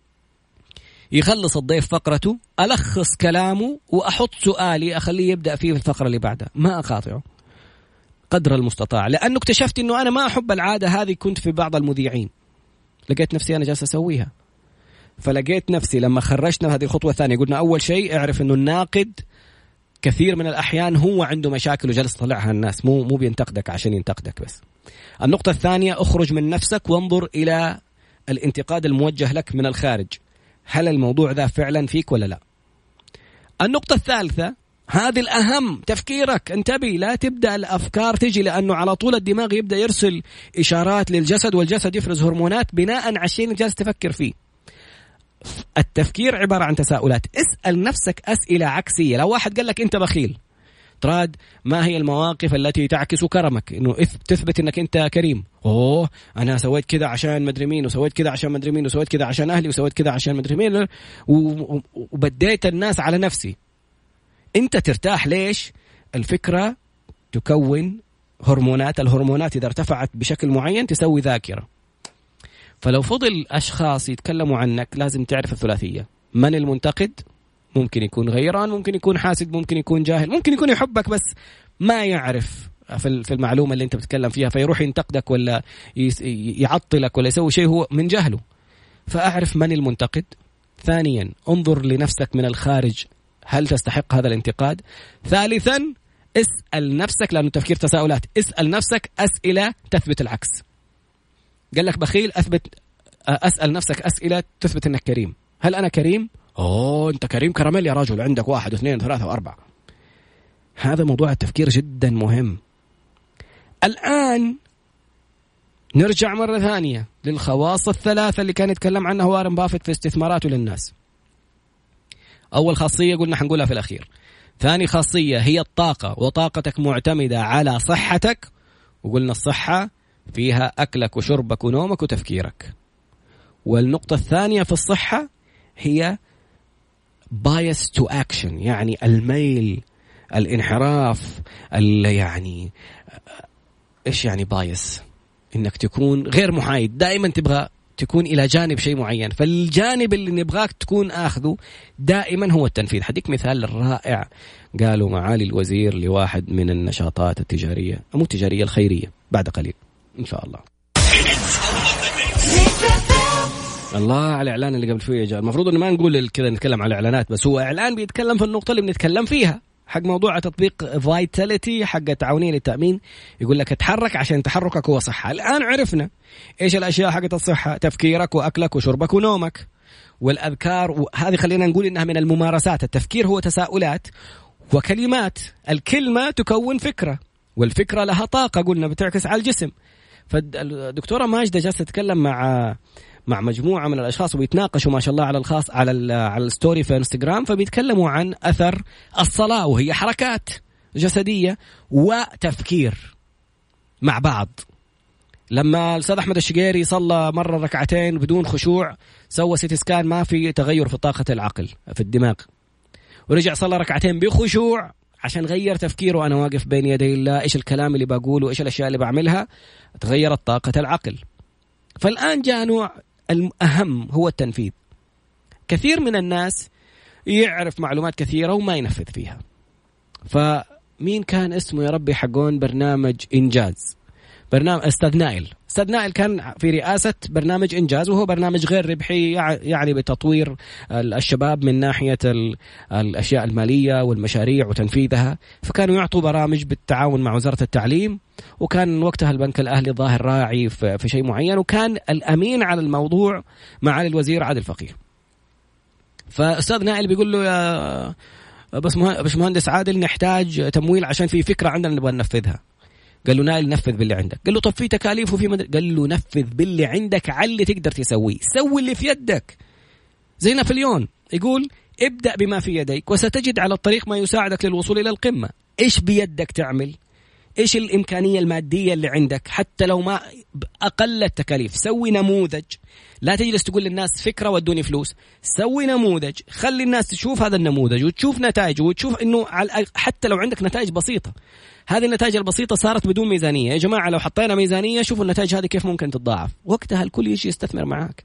يخلص الضيف فقرته ألخص كلامه وأحط سؤالي أخليه يبدأ فيه في الفقرة اللي بعدها، ما أقاطعه قدر المستطاع، لأنه اكتشفت أنه أنا ما أحب العادة هذه. كنت في بعض المذيعين لقيت نفسي أنا جالس أسويها، فلقيت نفسي لما خرجنا هذه الخطوة الثانية قلنا أول شيء اعرف أنه الناقد كثير من الأحيان هو عنده مشاكل وجلس طلعها الناس، مو بينتقدك عشان ينتقدك بس. النقطة الثانية اخرج من نفسك وانظر إلى الانتقاد الموجه لك من الخارج، هل الموضوع ذا فعلا فيك ولا لا. النقطة الثالثة هذه الأهم، تفكيرك، انتبه لا تبدأ الأفكار تجي، لأنه على طول الدماغ يبدأ يرسل إشارات للجسد والجسد يفرز هرمونات بناء على الشيء اللي جالس تفكر فيه. التفكير عبارة عن تساؤلات، اسأل نفسك أسئلة عكسية. لو واحد قال لك أنت بخيل تراد، ما هي المواقف التي تعكس كرمك، إنه تثبت إنك أنت كريم؟ أنا سويت كذا عشان مدري مين، وسويت كذا عشان مدري مين، وسويت كذا عشان أهلي، وسويت كذا عشان مدري مين، وبديت الناس على نفسي. أنت ترتاح ليش؟ الفكرة تكون هرمونات، الهرمونات إذا ارتفعت بشكل معين تسوي ذاكرة. فلو فضل أشخاص يتكلموا عنك لازم تعرف الثلاثية. من المنتقد؟ ممكن يكون غيران، ممكن يكون حاسد، ممكن يكون جاهل، ممكن يكون يحبك بس ما يعرف في المعلومة اللي أنت بتتكلم فيها، فيروح ينتقدك ولا يعطلك ولا يسوي شيء هو من جهله. فأعرف من المنتقد. ثانيا انظر لنفسك من الخارج، هل تستحق هذا الانتقاد؟ ثالثا اسأل نفسك، لأنه تفكير تساؤلات، اسأل نفسك أسئلة تثبت العكس. قال لك بخيل، أسأل نفسك أسئلة تثبت أنك كريم. هل أنا كريم؟ أنت كريم كراميل يا رجل، عندك 1 و2 و3 و4. هذا موضوع التفكير جدا مهم. الآن نرجع مرة ثانية للخواص الثلاثة اللي كان يتكلم عنها وارن بافيت في استثماراته للناس. أول خاصية قلنا حنقولها في الأخير. ثاني خاصية هي الطاقة، وطاقتك معتمدة على صحتك، وقلنا الصحة فيها أكلك وشربك ونومك وتفكيرك. والنقطة الثانية في الصحة هي bias to action، يعني الميل، الانحراف، يعني إيش يعني bias؟ إنك تكون غير محايد، دائما تبغى تكون إلى جانب شيء معين، فالجانب اللي نبغاك تكون آخذه دائما هو التنفيذ. حديك مثال رائع قالوا معالي الوزير لواحد من النشاطات التجارية، مو التجارية، الخيرية، بعد قليل إن شاء الله. الله على الإعلان اللي قبل فيه يا جماعة. المفروض إنه ما نقول كذا نتكلم على الإعلانات، بس هو إعلان بيتكلم في النقطة اللي بنتكلم فيها حق موضوع تطبيق فايتاليتي حق تعاونية للتأمين. يقول لك اتحرك عشان تحركك هو صحة. الآن عرفنا إيش الأشياء حقت الصحة: تفكيرك وأكلك وشربك ونومك والأذكار. وهذه خلينا نقول إنها من الممارسات. التفكير هو تساؤلات وكلمات، الكلمة تكون فكرة، والفكرة لها طاقة قلنا بتعكس على الجسم. فالدكتورة ماجدة جالسة تتكلم مع مجموعة من الأشخاص ويتناقشوا ما شاء الله على الخاص على الستوري في انستغرام، فبيتكلموا عن أثر الصلاة، وهي حركات جسدية وتفكير مع بعض. لما الأستاذ أحمد الشقيري صلى مرة ركعتين بدون خشوع، سوى سيتي سكان ما في تغير في طاقة العقل في الدماغ، ورجع صلى ركعتين بخشوع عشان غير تفكيره. أنا واقف بين يدي الله، إيش الكلام اللي بقوله، إيش الأشياء اللي بعملها، تغيرت طاقة العقل. فالآن جاء نوع الأهم هو التنفيذ. كثير من الناس يعرف معلومات كثيرة وما ينفذ فيها. فمين كان اسمه يا ربي حقون برنامج إنجاز؟ برنامج أستاذ نائل كان في رئاسة برنامج إنجاز، وهو برنامج غير ربحي يعني بتطوير الشباب من ناحية الأشياء المالية والمشاريع وتنفيذها. فكانوا يعطوا برامج بالتعاون مع وزارة التعليم، وكان وقتها البنك الأهلي ظاهر راعي في شيء معين، وكان الأمين على الموضوع معالي الوزير عادل فقيه. فأستاذ نائل بيقول له يا بس مهندس عادل نحتاج تمويل عشان في فكرة عندنا نبغى ننفذها. قال له نائل نفذ باللي عندك. قال له طب في تكاليف وفي قال له نفذ باللي عندك على اللي تقدر تسويه، سوي اللي في يدك. زي نابليون يقول ابدأ بما في يديك وستجد على الطريق ما يساعدك للوصول إلى القمة. إيش بيدك تعمل؟ إيش الإمكانية المادية اللي عندك حتى لو ما أقل التكاليف؟ سوي نموذج. لا تجلس تقول للناس فكرة ودوني فلوس. سوي نموذج، خلي الناس تشوف هذا النموذج وتشوف نتائجه، وتشوف إنه حتى لو عندك نتائج بسيطة، هذه النتائج البسيطة صارت بدون ميزانية. يا جماعة لو حطينا ميزانية شوفوا النتائج هذه كيف ممكن تتضاعف. وقتها الكل يجي يستثمر معاك.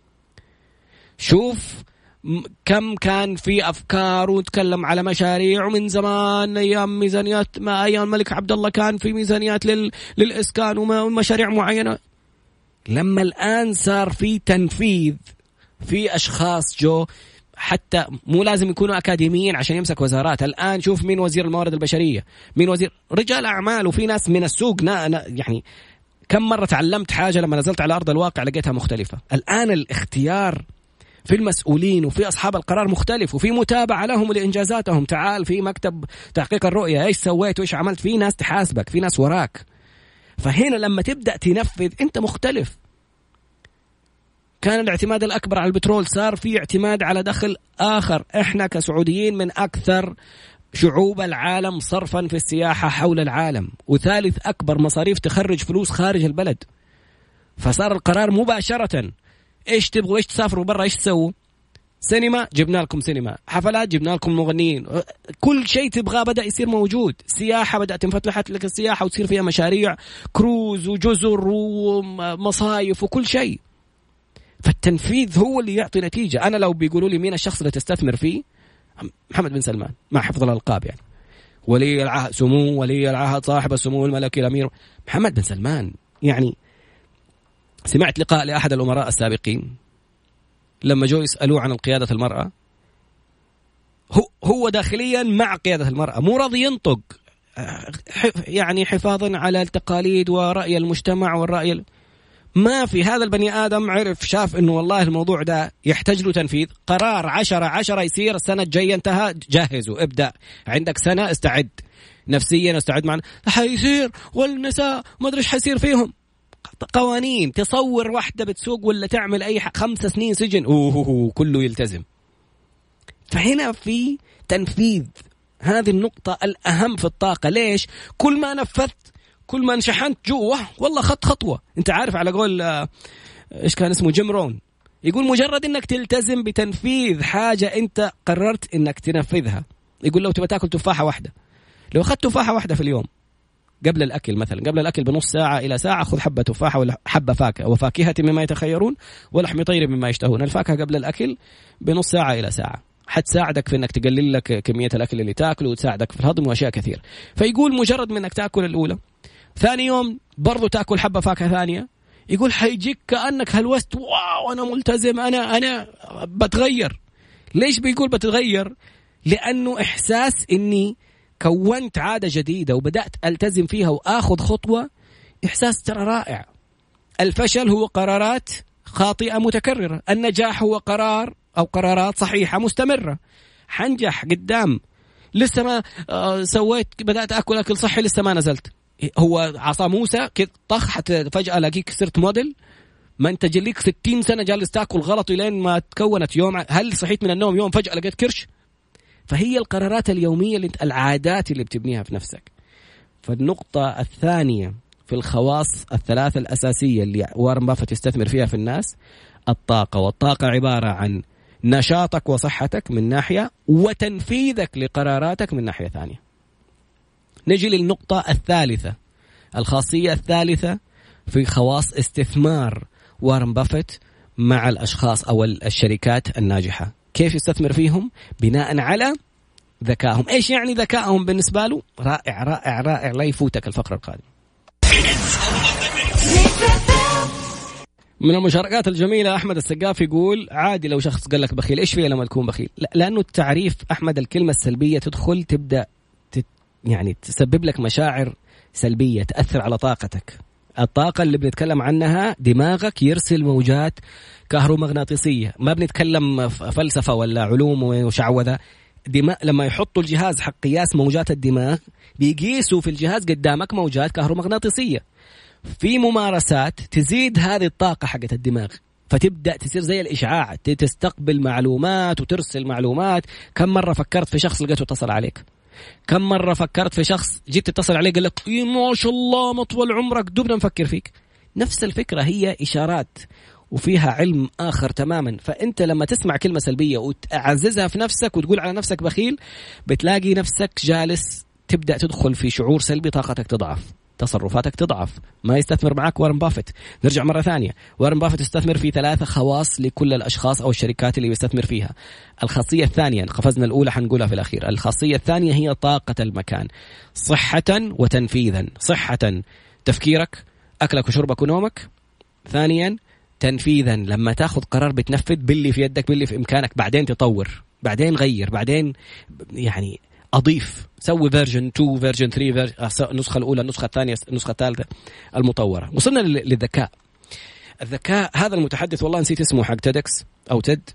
شوف كم كان في أفكار وتكلم على مشاريع، ومن زمان أيام ميزانيات ما أيام الملك عبد الله كان في ميزانيات للإسكان ومشاريع معينة. لما الآن صار في تنفيذ، في أشخاص جو حتى مو لازم يكونوا أكاديميين عشان يمسك وزارات. الآن شوف مين وزير الموارد البشرية، مين وزير رجال أعمال، وفي ناس من السوق. يعني كم مرة تعلمت حاجة لما نزلت على أرض الواقع لقيتها مختلفة. الآن الاختيار في المسؤولين وفي أصحاب القرار مختلف، وفي متابعة لهم لإنجازاتهم. تعال في مكتب تحقيق الرؤية، إيش سويت وإيش عملت، في ناس تحاسبك، في ناس وراك. فهنا لما تبدأ تنفذ أنت مختلف. كان الاعتماد الأكبر على البترول، صار في اعتماد على دخل آخر. إحنا كسعوديين من أكثر شعوب العالم صرفا في السياحة حول العالم، وثالث أكبر مصاريف تخرج فلوس خارج البلد. فصار القرار مباشرة، إيش تبغوا، إيش تسافروا برا، إيش تسووا. سينما جبنا لكم سينما، حفلات جبنا لكم مغنيين، كل شيء تبغاه بدأ يصير موجود. سياحة بدأت تنفتح لك السياحة وتصير فيها مشاريع كروز وجزر ومصايف وكل شيء. فالتنفيذ هو اللي يعطي نتيجة. أنا لو بيقولوا لي مين الشخص اللي تستثمر فيه، محمد بن سلمان مع حفظ الألقاب، يعني ولي العهد، سمو ولي العهد صاحب السمو الملكي الأمير محمد بن سلمان. يعني سمعت لقاء لأحد الأمراء السابقين لما جو يسألوه عن القيادة المرأة، هو داخليا مع قيادة المرأة، مو راضي ينطق، يعني حفاظا على التقاليد ورأي المجتمع والرأي. ما في هذا البني آدم عرف، شاف إنه والله الموضوع ده يحتاج له تنفيذ. قرار 10 يصير السنة الجاية، انتهى، جهزوا، ابدأ، عندك سنة، استعد نفسيا، استعد معنا، حيصير والنساء ما أدري إيش حيصير فيهم. قوانين، تصور واحدة بتسوق ولا تعمل أي 5 سنين سجن، كله يلتزم. فهنا في تنفيذ، هذه النقطة الأهم في الطاقة. ليش؟ كل ما نفذت، كل ما انشحنت جوا والله خطوة. انت عارف على قول ايش كان اسمه جيم رون، يقول مجرد انك تلتزم بتنفيذ حاجة انت قررت انك تنفذها. يقول لو تبى تاكل تفاحة واحدة، لو اخذت تفاحة واحدة في اليوم قبل الأكل، مثلا قبل الأكل بنص ساعة إلى ساعة، خذ حبة تفاحة ولا حبة فاكهة، وفاكهة مما يتخيرون ولحم طير مما يشتهون. الفاكهة قبل الأكل بنص ساعة إلى ساعة، حتساعدك في أنك تقلل لك كمية الأكل اللي تأكله، وتساعدك في الهضم وأشياء كثير. فيقول مجرد من أنك تأكل الأولى، ثاني يوم برضو تأكل حبة فاكهة ثانية، يقول حيجيك كأنك هلوست، واو أنا ملتزم، أنا بتغير. ليش بيقول بتغير؟ لأنه إحساس إني كونت عادة جديدة وبدأت ألتزم فيها وآخذ خطوة، إحساس ترى رائع. الفشل هو قرارات خاطئة متكررة، النجاح هو قرار أو قرارات صحيحة مستمرة. حنجح قدام، لسه ما سويت، بدأت أكل صحي لسه ما نزلت. هو عصا موسى كده طخ فجأة ألاقيك صرت موديل؟ ما أنت جليك 60 سنة جالس تأكل غلط لين ما تكونت يوم. هل صحيت من النوم يوم فجأة لقيت كرش؟ فهي القرارات اليومية اللي العادات اللي بتبنيها في نفسك. فالنقطة الثانية في الخواص الثلاثة الأساسية اللي وارن بافت يستثمر فيها في الناس، الطاقة. والطاقة عبارة عن نشاطك وصحتك من ناحية، وتنفيذك لقراراتك من ناحية ثانية. نجي للنقطة الثالثة، الخاصية الثالثة في خواص استثمار وارن بافت مع الأشخاص أو الشركات الناجحة. كيف يستثمر فيهم؟ بناء على ذكائهم. إيش يعني ذكائهم بالنسبة له؟ رائع رائع رائع، لا يفوتك الفقرة القادمة. من المشاركات الجميلة أحمد السقاف يقول عادي لو شخص قال لك بخيل، إيش فيه لما تكون بخيل؟ لأنه التعريف أحمد الكلمة السلبية تدخل تبدأ يعني تسبب لك مشاعر سلبية تأثر على طاقتك. الطاقة اللي بنتكلم عنها دماغك يرسل موجات كهرومغناطيسية، ما بنتكلم فلسفة ولا علوم وشعوذة. لما يحطوا الجهاز حق قياس موجات الدماغ بيقيسوا في الجهاز قدامك موجات كهرومغناطيسية. في ممارسات تزيد هذه الطاقة حقت الدماغ، فتبدأ تصير زي الإشعاع، تستقبل معلومات وترسل معلومات. كم مرة فكرت في شخص لقيته اتصل عليك؟ كم مرة فكرت في شخص جيت تتصل عليه قال لك إيه ما شاء الله مطول عمرك، دوبنا نفكر فيك. نفس الفكرة، هي إشارات وفيها علم آخر تماما. فأنت لما تسمع كلمة سلبية وتعززها في نفسك وتقول على نفسك بخيل، بتلاقي نفسك جالس تبدأ تدخل في شعور سلبي، طاقتك تضعف، تصرفاتك تضعف. ما يستثمر معك وارن بافت. نرجع مرة ثانية، وارن بافت يستثمر في 3 خواص لكل الأشخاص أو الشركات اللي يستثمر فيها. الخاصية الثانية، قفزنا الأولى حنقولها في الأخير، الخاصية الثانية هي طاقة المكان، صحة وتنفيذا. صحة تفكيرك، أكلك وشربك ونومك. ثانيا تنفيذا، لما تاخذ قرار بتنفذ باللي في يدك، باللي في إمكانك، بعدين تطور، بعدين غير، بعدين يعني أضيف، سوي فيرجن 2 فيرجن 3 النسخة الأولى النسخة الثانية النسخة الثالثة المطورة. وصلنا للذكاء. الذكاء هذا المتحدث والله نسيت اسمه حق تيدكس أو تيد،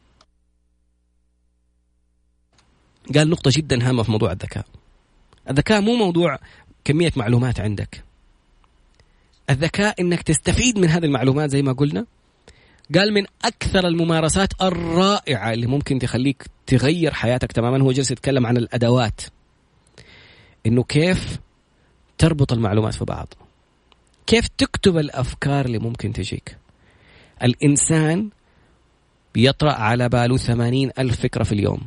قال نقطة جدا هامة في موضوع الذكاء. الذكاء مو موضوع كمية معلومات عندك، الذكاء إنك تستفيد من هذه المعلومات. زي ما قلنا، قال من أكثر الممارسات الرائعة اللي ممكن تخليك تغير حياتك تماما، هو جلس يتكلم عن الأدوات، إنه كيف تربط المعلومات في بعض، كيف تكتب الأفكار اللي ممكن تجيك. الإنسان بيطرأ على باله 80,000 فكرة في اليوم،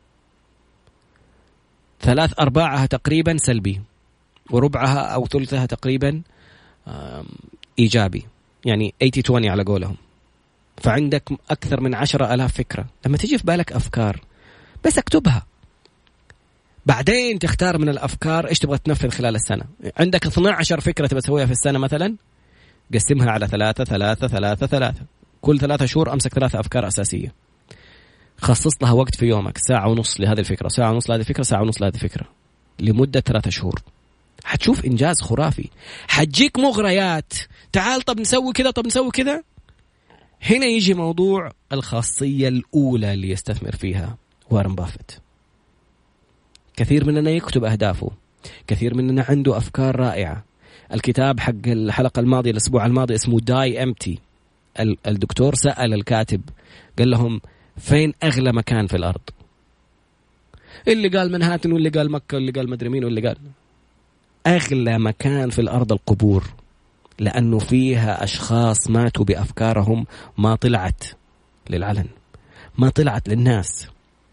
3/4 تقريبا سلبي، وربعها أو ثلثها تقريبا إيجابي، يعني 80-20 على قولهم. فعندك أكثر من 10,000 فكرة. لما تيجي في بالك أفكار بس اكتبها، بعدين تختار من الأفكار إيش تبغى تنفذ خلال السنة. عندك 12 فكرة تبغى تسويها في السنة مثلا، قسمها على 3. كل 3 شهور أمسك 3 أفكار أساسية، خصص لها وقت في يومك، 1.5 ساعة لهذه الفكرة، 1.5 ساعة لهذه الفكرة، 1.5 ساعة لهذه الفكرة، لمدة 3 شهور. حتشوف إنجاز خرافي، حتجيك مغريات. تعال طب نسوي كذا، طب نسوي كذا. هنا يجي موضوع الخاصية الأولى اللي يستثمر فيها وارن بافت. كثير مننا يكتب أهدافه، كثير مننا عنده أفكار رائعة. الكتاب حق الحلقة الماضية الأسبوع الماضي اسمه داي أمتي. الدكتور سأل الكاتب قال لهم فين أغلى مكان في الأرض؟ اللي قال منهاتن، واللي قال مكة، واللي قال مدري مين، واللي قال. أغلى مكان في الأرض القبور، لأنه فيها أشخاص ماتوا بأفكارهم، ما طلعت للعلن، ما طلعت للناس.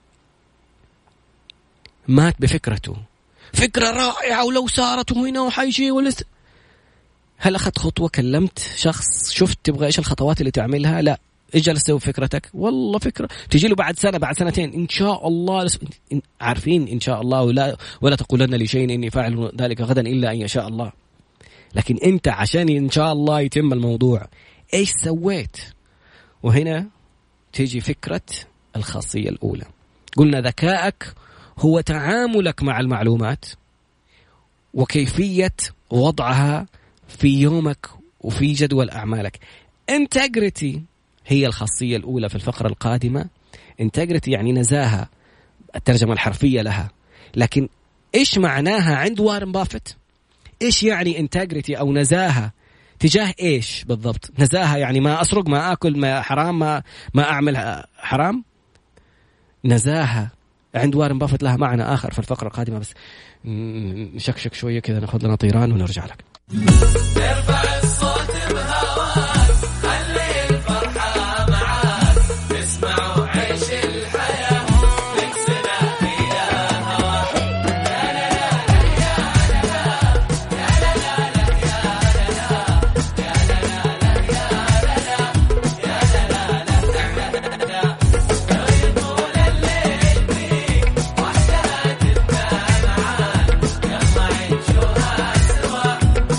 مات بفكرته، فكرة رائعة ولو صارت هنا وحيجي ولس. هل أخذت خطوة؟ كلمت شخص؟ شفت تبغى إيش الخطوات اللي تعملها؟ لا، اجلس سوي فكرتك. والله فكرة تجي له بعد سنة، بعد سنتين، إن شاء الله. عارفين إن شاء الله، ولا تقولن لشيء إني فاعل ذلك غدا إلا أن يشاء الله. لكن أنت عشان إن شاء الله يتم الموضوع إيش سويت؟ وهنا تيجي فكرة الخاصية الأولى. قلنا ذكائك هو تعاملك مع المعلومات وكيفية وضعها في يومك وفي جدول أعمالك. integrity هي الخاصية الأولى في الفقرة القادمة. integrity يعني نزاهة، الترجمة الحرفية لها. لكن إيش معناها عند وارن بافت؟ إيش يعني integrity أو نزاهة تجاه إيش بالضبط؟ نزاهة يعني ما أسرق، ما أكل، ما حرام، ما أعمل حرام. نزاهة عند وارن بافت لها معنى آخر في الفقرة القادمة. بس نشكشك شوية كذا، ناخذ لنا طيران ونرجع لك. ارفع الصوت بهواك، خلي الفرحة معاك، اسمع وعيش الحياة، نكسنا فيها هواك. لا لا لا لا يا لا لا لا لا يا لا لا يا لا لا لا طول الليل فيك وحدها تبقى معاك، يلا عيشوها سوا.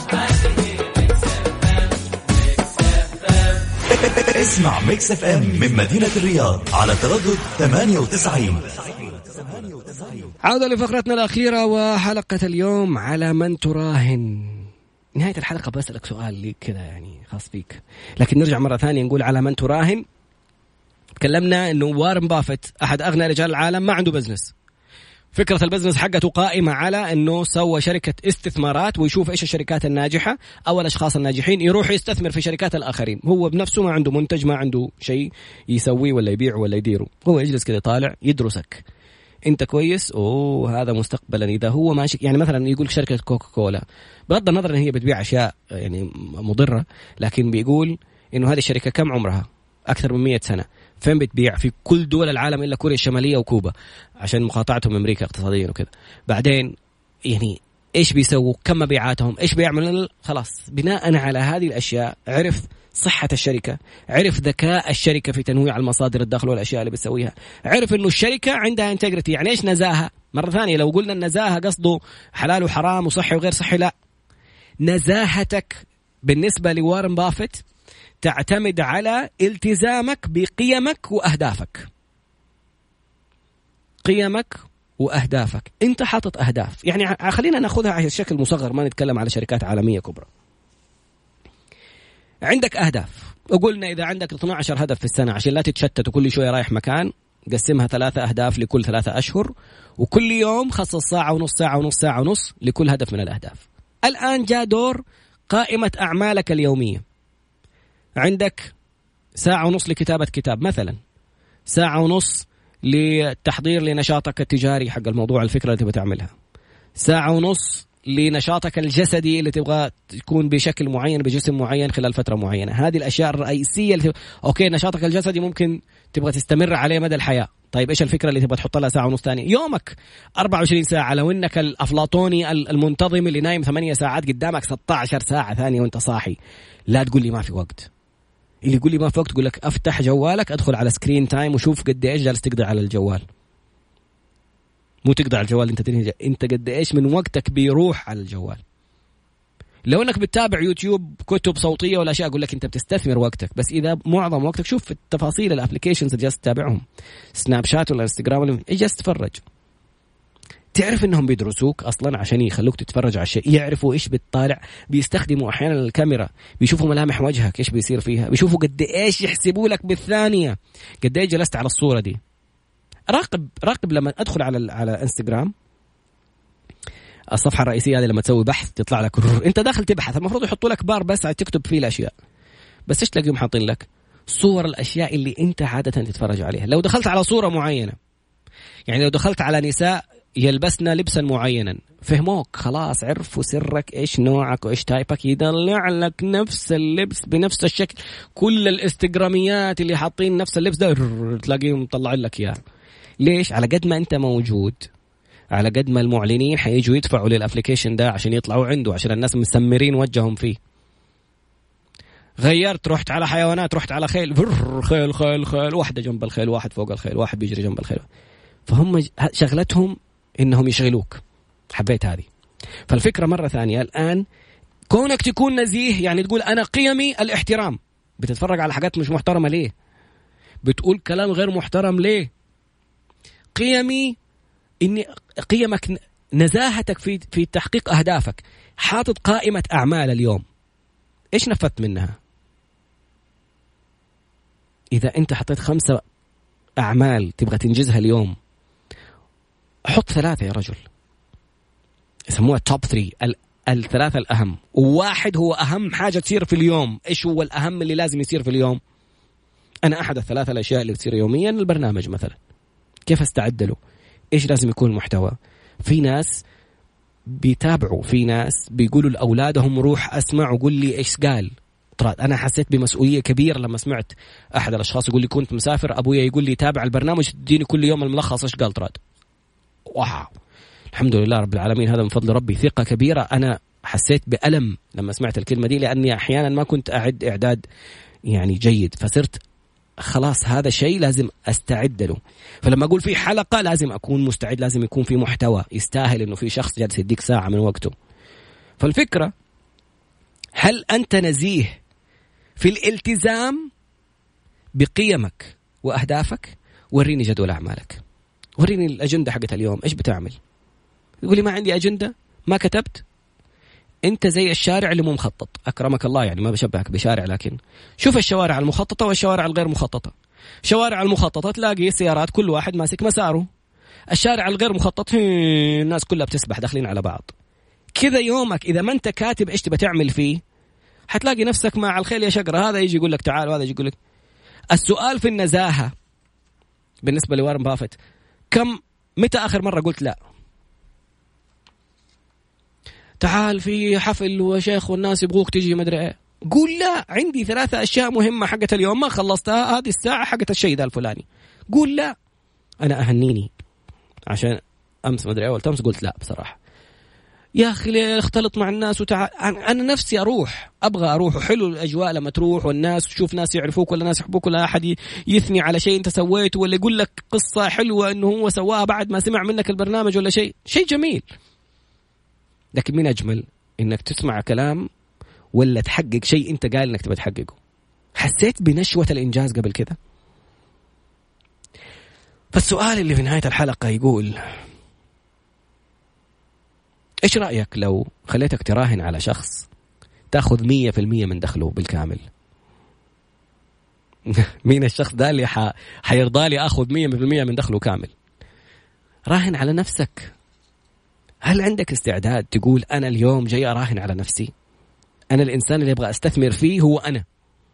اسمع ميكس اف ام من مدينة الرياض على تردد 98. عودة لفقرتنا الأخيرة وحلقة اليوم على من تراهن. نهاية الحلقة بسألك سؤال لي كذا يعني خاص فيك، لكن نرجع مرة ثانية نقول على من تراهن. تكلمنا إنه وارن بافت أحد أغنى رجال العالم ما عنده بزنس. فكرة البزنس حقته قائمة على أنه سوى شركة استثمارات ويشوف إيش الشركات الناجحة أو الأشخاص الناجحين يروح يستثمر في شركات الآخرين. هو بنفسه ما عنده منتج، ما عنده شيء يسويه ولا يبيع ولا يديره، هو يجلس كده طالع يدرسك أنت كويس، هذا مستقبلا إذا هو ماشي. يعني مثلا يقول شركة كوكا كولا بغض النظر أن هي بتبيع أشياء يعني مضرة، لكن بيقول إنه هذه الشركة كم عمرها؟ أكثر من 100 سنة. فين بتبيع؟ في كل دول العالم إلا كوريا الشمالية وكوبا عشان مقاطعتهم أمريكا اقتصاديا وكذا. بعدين يعني إيش بيسووا؟ كم مبيعاتهم؟ إيش بيعملوا؟ خلاص بناء على هذه الأشياء عرف صحة الشركة، عرف ذكاء الشركة في تنويع المصادر الدخل والأشياء اللي بتسويها، عرف إنه الشركة عندها انتجريتي. يعني إيش نزاهة؟ مرة ثانية لو قلنا النزاهة قصده حلال وحرام وصحي وغير صحي، لا، نزاهتك بالنسبة لوارن بافت تعتمد على التزامك بقيمك وأهدافك. قيمك وأهدافك. أنت حاطط أهداف، يعني خلينا نأخذها على شكل مصغر، ما نتكلم على شركات عالمية كبرى. عندك أهداف، وقلنا إذا عندك 12 هدف في السنة عشان لا تتشتت وكل شوية رايح مكان، قسمها 3 أهداف لكل 3 أشهر، وكل يوم خصص ساعة ونص ساعة ونص ساعة ونص لكل هدف من الأهداف. الآن جاء دور قائمة أعمالك اليومية. عندك ساعة ونص لكتابة كتاب مثلا، ساعة ونص للتحضير لنشاطك التجاري حق الموضوع الفكرة اللي تبغى تعملها، ساعة ونص لنشاطك الجسدي اللي تبغى تكون بشكل معين بجسم معين خلال فترة معينة. هذه الأشياء الرئيسية اللي أوكي نشاطك الجسدي ممكن تبغى تستمر عليه مدى الحياة. طيب إيش الفكرة اللي تبغى تحط لها ساعة ونص ثانية؟ يومك 24 ساعة، لو إنك الأفلاطوني المنتظم اللي نايم 8 ساعات قدامك 16 ساعة ثانية وإنت صاحي، لا تقول لي ما في وقت. اللي يقول لي ما في وقت تقول لك افتح جوالك، ادخل على سكرين تايم وشوف قد ايش جالس تقضي على الجوال. مو تقضي على الجوال انت قد ايش من وقتك بيروح على الجوال. لو انك بتتابع يوتيوب كتب صوتيه ولا اشياء اقول لك انت بتستثمر وقتك، بس اذا معظم وقتك شوف في التفاصيل الابلكيشنز اللي جالس تتابعهم، سناب شات ولا انستغرام ولا جالس تتفرج، تعرف انهم بيدرسوك اصلا عشان يخلوك تتفرج على الشيء، يعرفوا ايش بتطالع، بيستخدموا احيانا الكاميرا، بيشوفوا ملامح وجهك ايش بيصير فيها، بيشوفوا قد ايش يحسبوا لك بالثانيه قد ايش جلست على الصوره دي. راقب لما ادخل على انستغرام الصفحه الرئيسيه هذه، لما تسوي بحث تطلع لك انت داخل تبحث، المفروض يحطوا لك بار بس تكتب فيه الاشياء، بس ايش تلاقيهم حاطين لك صور الاشياء اللي انت عاده تتفرج عليها. لو دخلت على صوره معينه، يعني لو دخلت على نساء يلبسنا لبسا معينا، فهموك خلاص، عرفوا سرك ايش نوعك وايش تايبك، يدلع لك نفس اللبس بنفس الشكل. كل الاستغراميات اللي حاطين نفس اللبس ده تلاقيهم مطلعين لك اياه. ليش؟ على قد ما انت موجود على قد ما المعلنين حييجوا يدفعوا للابليكيشن ده عشان يطلعوا عنده، عشان الناس مسمرين وجههم فيه. غيرت، رحت على حيوانات، رحت على خيل، خيل خيل خيل، واحدة جنب الخيل، واحد فوق الخيل، واحد بيجري جنب الخيل، فهم شغلتهم إنهم يشغلوك. حبيت هذه. فالفكرة مرة ثانية الآن كونك تكون نزيه يعني تقول أنا قيمي الاحترام. بتتفرج على حاجات مش محترمة ليه؟ بتقول كلام غير محترم ليه؟ قيمي إني قيمك نزاهتك في تحقيق أهدافك. حاطط قائمة أعمال اليوم، إيش نفذت منها؟ إذا أنت حطيت 5 أعمال تبغى تنجزها اليوم، حط 3 يا رجل، يسموها توب 3، ال3 الأهم، وواحد هو أهم حاجة تصير في اليوم. إيش هو الأهم اللي لازم يصير في اليوم؟ أنا أحد ال3 الأشياء اللي بتصير يوميا البرنامج مثلا، كيف أستعد له؟ إيش لازم يكون المحتوى؟ في ناس بيتابعوا، في ناس بيقولوا لأولادهم روح أسمع وقول لي إيش قال. طراد أنا حسيت بمسؤولية كبيرة لما سمعت أحد الأشخاص يقول لي كنت مسافر، أبويا يقول لي تابع البرنامج تديني كل يوم الملخص إيش قال. طراد واو، الحمد لله رب العالمين، هذا من فضل ربي، ثقة كبيرة. أنا حسيت بألم لما سمعت الكلمة دي، لأني أحيانا ما كنت أعد إعداد يعني جيد، فصرت خلاص هذا شيء لازم أستعد له. فلما أقول في حلقة لازم أكون مستعد، لازم يكون في محتوى يستاهل إنه في شخص جالس يديك ساعة من وقته. فالفكرة، هل أنت نزيه في الالتزام بقيمك وأهدافك؟ وريني جدول أعمالك، وريني الأجندة حقت اليوم، إيش بتعمل؟ يقول لي ما عندي أجندة، ما كتبت. أنت زي الشارع اللي مو مخطط، أكرمك الله، يعني ما بشبهك بشارع، لكن شوف الشوارع المخططة والشوارع الغير مخططة. شوارع المخططة تلاقي السيارات كل واحد ماسك مساره، الشارع الغير مخطط الناس كلها بتسبح داخلين على بعض. كذا يومك إذا ما أنت كاتب إيش تبى تعمل فيه، حتلاقي نفسك مع الخيل يا شقرة، هذا يجي يقول لك تعال وهذا يجي يقول لك. السؤال في النزاهة بالنسبة لوارن بافيت، متى آخر مرة قلت لا؟ تعال في حفل وشيخ والناس يبغوك تجي مدري ايه، قول لا، عندي 3 أشياء مهمة حقت اليوم ما خلصتها، هذه الساعة حقت الشيء ذا الفلاني. قول لا. أنا أهنيني عشان أمس مدري أول تمس قلت لا بصراحة، يا أخي اختلط مع الناس وتعال. أنا نفسي أروح، أبغى أروح، وحلو الأجواء لما تروح والناس تشوف ناس يعرفوك ولا ناس يحبوك ولا أحد يثني على شيء أنت سويته، ولا يقول لك قصة حلوة أنه هو سواها بعد ما سمع منك البرنامج ولا شيء جميل. لكن من أجمل إنك تسمع كلام ولا تحقق شيء أنت قال إنك تبى تحققه. حسيت بنشوة الإنجاز قبل كده؟ فالسؤال اللي في نهاية الحلقة يقول، إيش رأيك لو خليتك تراهن على شخص تأخذ 100% من دخله بالكامل؟ مين الشخص ده اللي حيرضى لي أخذ 100% من دخله كامل؟ راهن على نفسك. هل عندك استعداد تقول أنا اليوم جاي أراهن على نفسي؟ أنا الإنسان اللي أبغى أستثمر فيه هو أنا.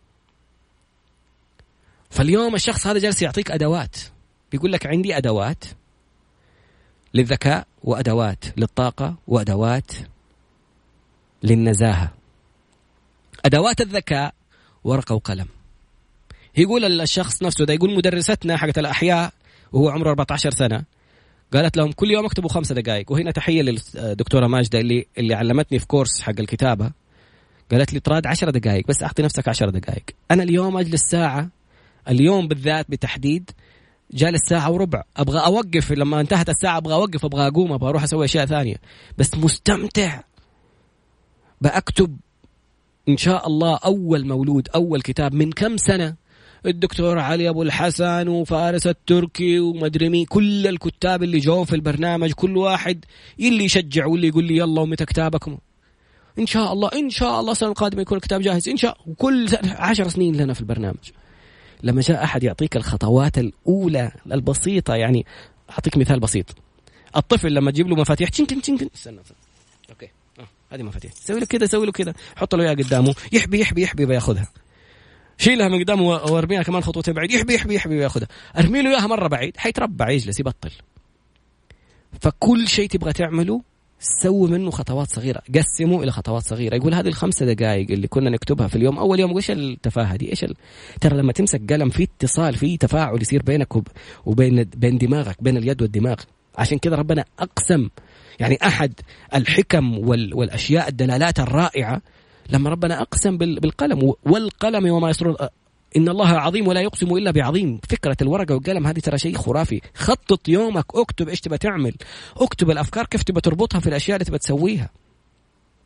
فاليوم الشخص هذا جالس يعطيك أدوات، بيقول لك عندي أدوات للذكاء، وأدوات للطاقة، وأدوات للنزاهة. أدوات الذكاء ورقة وقلم. يقول الشخص نفسه ده، يقول مدرستنا حقت الأحياء وهو عمره 14 سنة قالت لهم كل يوم اكتبوا 5 دقائق. وهنا تحية للدكتورة ماجدة اللي علمتني في كورس حق الكتابة، قالت لي طراد 10 دقائق بس، أعطي نفسك 10 دقائق. أنا اليوم أجلس ساعة، اليوم بالذات بتحديد جالس 1.25 ساعة، أبغى أوقف لما انتهت الساعة، أبغى أوقف، أبغى أقوم، أبغى أروح أسوي أشياء ثانية، بس مستمتع. بأكتب إن شاء الله أول مولود، أول كتاب من كم سنة، الدكتور علي أبو الحسن وفارس التركي ومدري مين، كل الكتاب اللي جو في البرنامج، كل واحد اللي يشجع واللي يقول لي يلا ومتى كتابكم، إن شاء الله إن شاء الله السنة القادمة يكون الكتاب جاهز إن شاء. وكل 10 سنين لنا في البرنامج. لما جاء أحد يعطيك الخطوات الأولى البسيطة، يعني أعطيك مثال بسيط، الطفل لما تجيب له مفاتيح استنى أوكي هذه مفاتيح، سوي له كذا سوي له كذا، حط له إياها قدامه، يحبي بياخذها، شيلها من قدامه وارميها كمان خطوتين بعيد، يحبي بياخذها، ارمي له إياها مرة بعيد، حيتربع يجلس يبطل. فكل شيء تبغى تعمله سوي منه خطوات صغيرة، قسمه إلى خطوات صغيرة. يقول هذه 5 دقائق اللي كنا نكتبها في اليوم، أول يوم إيش التفاهة دي، إيش ترى لما تمسك قلم في اتصال، في تفاعل يصير بينك وبين دماغك، بين اليد والدماغ. عشان كذا ربنا أقسم، يعني أحد الحكم والأشياء الدلالات الرائعة لما ربنا أقسم بالقلم، والقلم وما يسرون، إن الله عظيم ولا يقسم إلا بعظيم. فكرة الورقة والقلم هذه ترى شيء خرافي. خطط يومك، اكتب إيش تبى تعمل، اكتب الأفكار كيف تبى تربطها في الأشياء اللي تبى تسويها.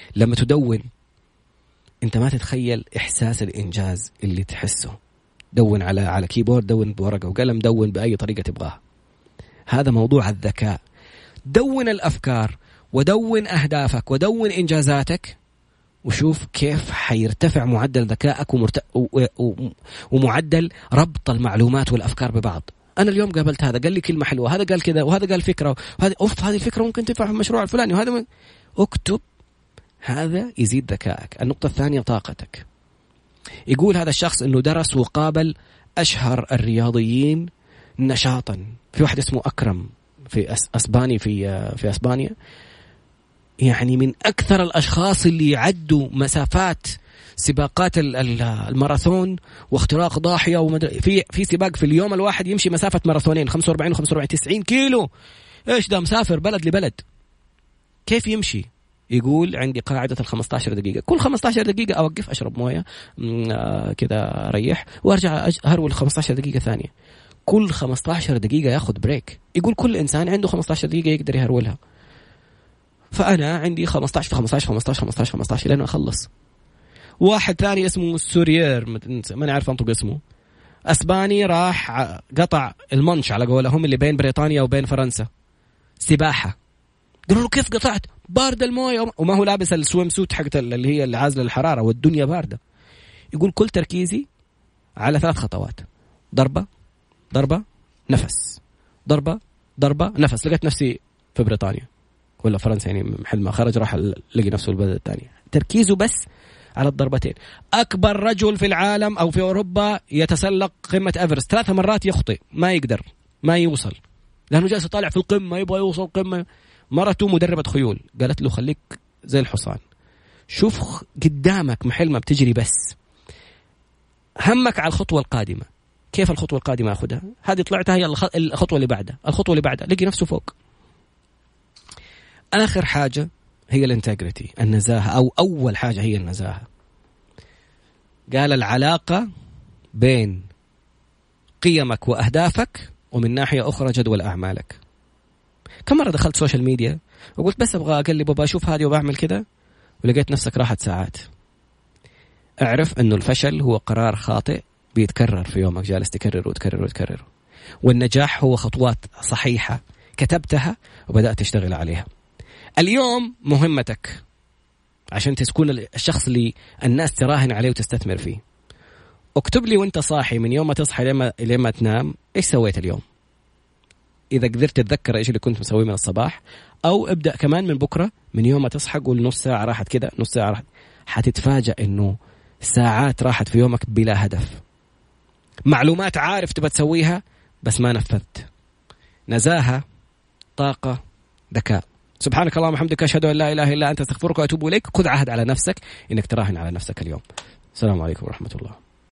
لما تدون أنت ما تتخيل إحساس الإنجاز اللي تحسه. دون على كيبورد، دون بورقة وقلم، دون بأي طريقة تبغاها. هذا موضوع الذكاء. دون الأفكار ودون أهدافك ودون إنجازاتك، وشوف كيف حيرتفع معدل ذكائك ومعدل ربط المعلومات والأفكار ببعض. أنا اليوم قابلت هذا قال لي كلمة حلوة، هذا قال كذا، وهذا قال فكرة، وهذه هذه الفكرة ممكن تنفع في المشروع الفلاني، وهذا اكتب. هذا يزيد ذكائك. النقطة الثانية طاقتك. يقول هذا الشخص إنه درس وقابل أشهر الرياضيين نشاطا. في واحد اسمه أكرم في أسباني في أسبانيا، يعني من أكثر الأشخاص اللي يعدوا مسافات سباقات الماراثون واختراق ضاحية في سباق في اليوم الواحد يمشي مسافة ماراثونين 45 و45 90 كيلو. إيش ده؟ مسافر بلد لبلد. كيف يمشي؟ يقول عندي قاعدة 15 دقيقة، كل 15 دقيقة أوقف أشرب موية كذا أريح وأرجع هرول 15 دقيقة ثانية. كل 15 دقيقة ياخد بريك. يقول كل إنسان عنده 15 دقيقة يقدر يهرولها، فأنا عندي 15 في 15 15 15 15 لأنه أخلص. واحد ثاني اسمه سوريير، ما نعرف أنطق اسمه، أسباني، راح قطع المنش على قولهم اللي بين بريطانيا وبين فرنسا، سباحة. قالوا له كيف قطعت؟ بارد المويه، وما هو لابس السويم سوت حقت اللي هي اللي عازله الحراره والدنيا بارده. يقول كل تركيزي على 3 خطوات: ضربه ضربه نفس، ضربه ضربه نفس. لقيت نفسي في بريطانيا ولا فرنسا، يعني محل ما خرج راح لقي نفسه البلد الثانيه. تركيزه بس على الضربتين. أكبر رجل في العالم أو في أوروبا يتسلق قمة إيفرست 3 مرات يخطئ، ما يقدر، ما يوصل، لأنه جالس يطالع في القمة يبغى يوصل قمة. مرته مدربة خيول قالت له خليك زي الحصان، شوف قدامك محل ما بتجري، بس همك على الخطوة القادمة. كيف الخطوة القادمة أخذها؟ هذه طلعتها، هي الخطوة اللي بعدها، الخطوة اللي بعدها، لقي نفسه فوق. آخر حاجة هي الانتجريتي، النزاهة، أو أول حاجة هي النزاهة. قال العلاقة بين قيمك وأهدافك، ومن ناحية أخرى جدول أعمالك. كم مرة دخلت سوشيال ميديا وقلت بس أبغى أقلب وأبغى أشوف هذه وبعمل كده، ولقيت نفسك راحت ساعات. اعرف أنه الفشل هو قرار خاطئ بيتكرر في يومك، جالس تكرر وتكرر وتكرر، والنجاح هو خطوات صحيحة كتبتها وبدأت تشتغل عليها. اليوم مهمتك عشان تكون الشخص اللي الناس تراهن عليه وتستثمر فيه. اكتب لي وانت صاحي من يوم ما تصحى لما تنام ايش سويت اليوم، إذا قدرت تتذكر إيش اللي كنت مسويه من الصباح، أو ابدأ كمان من بكرة من يوم ما تصحى قول نص ساعة راحت كده، نص ساعة راحت. حتتفاجأ إنه ساعات راحت في يومك بلا هدف. معلومات عارف تبى تسويها بس ما نفذت. نزاهة، طاقة، ذكاء. سبحانك اللهم وبحمدك أشهد أن لا إله إلا أنت أستغفرك وأتوب إليك. خذ عهد على نفسك إنك تراهن على نفسك اليوم. السلام عليكم ورحمة الله.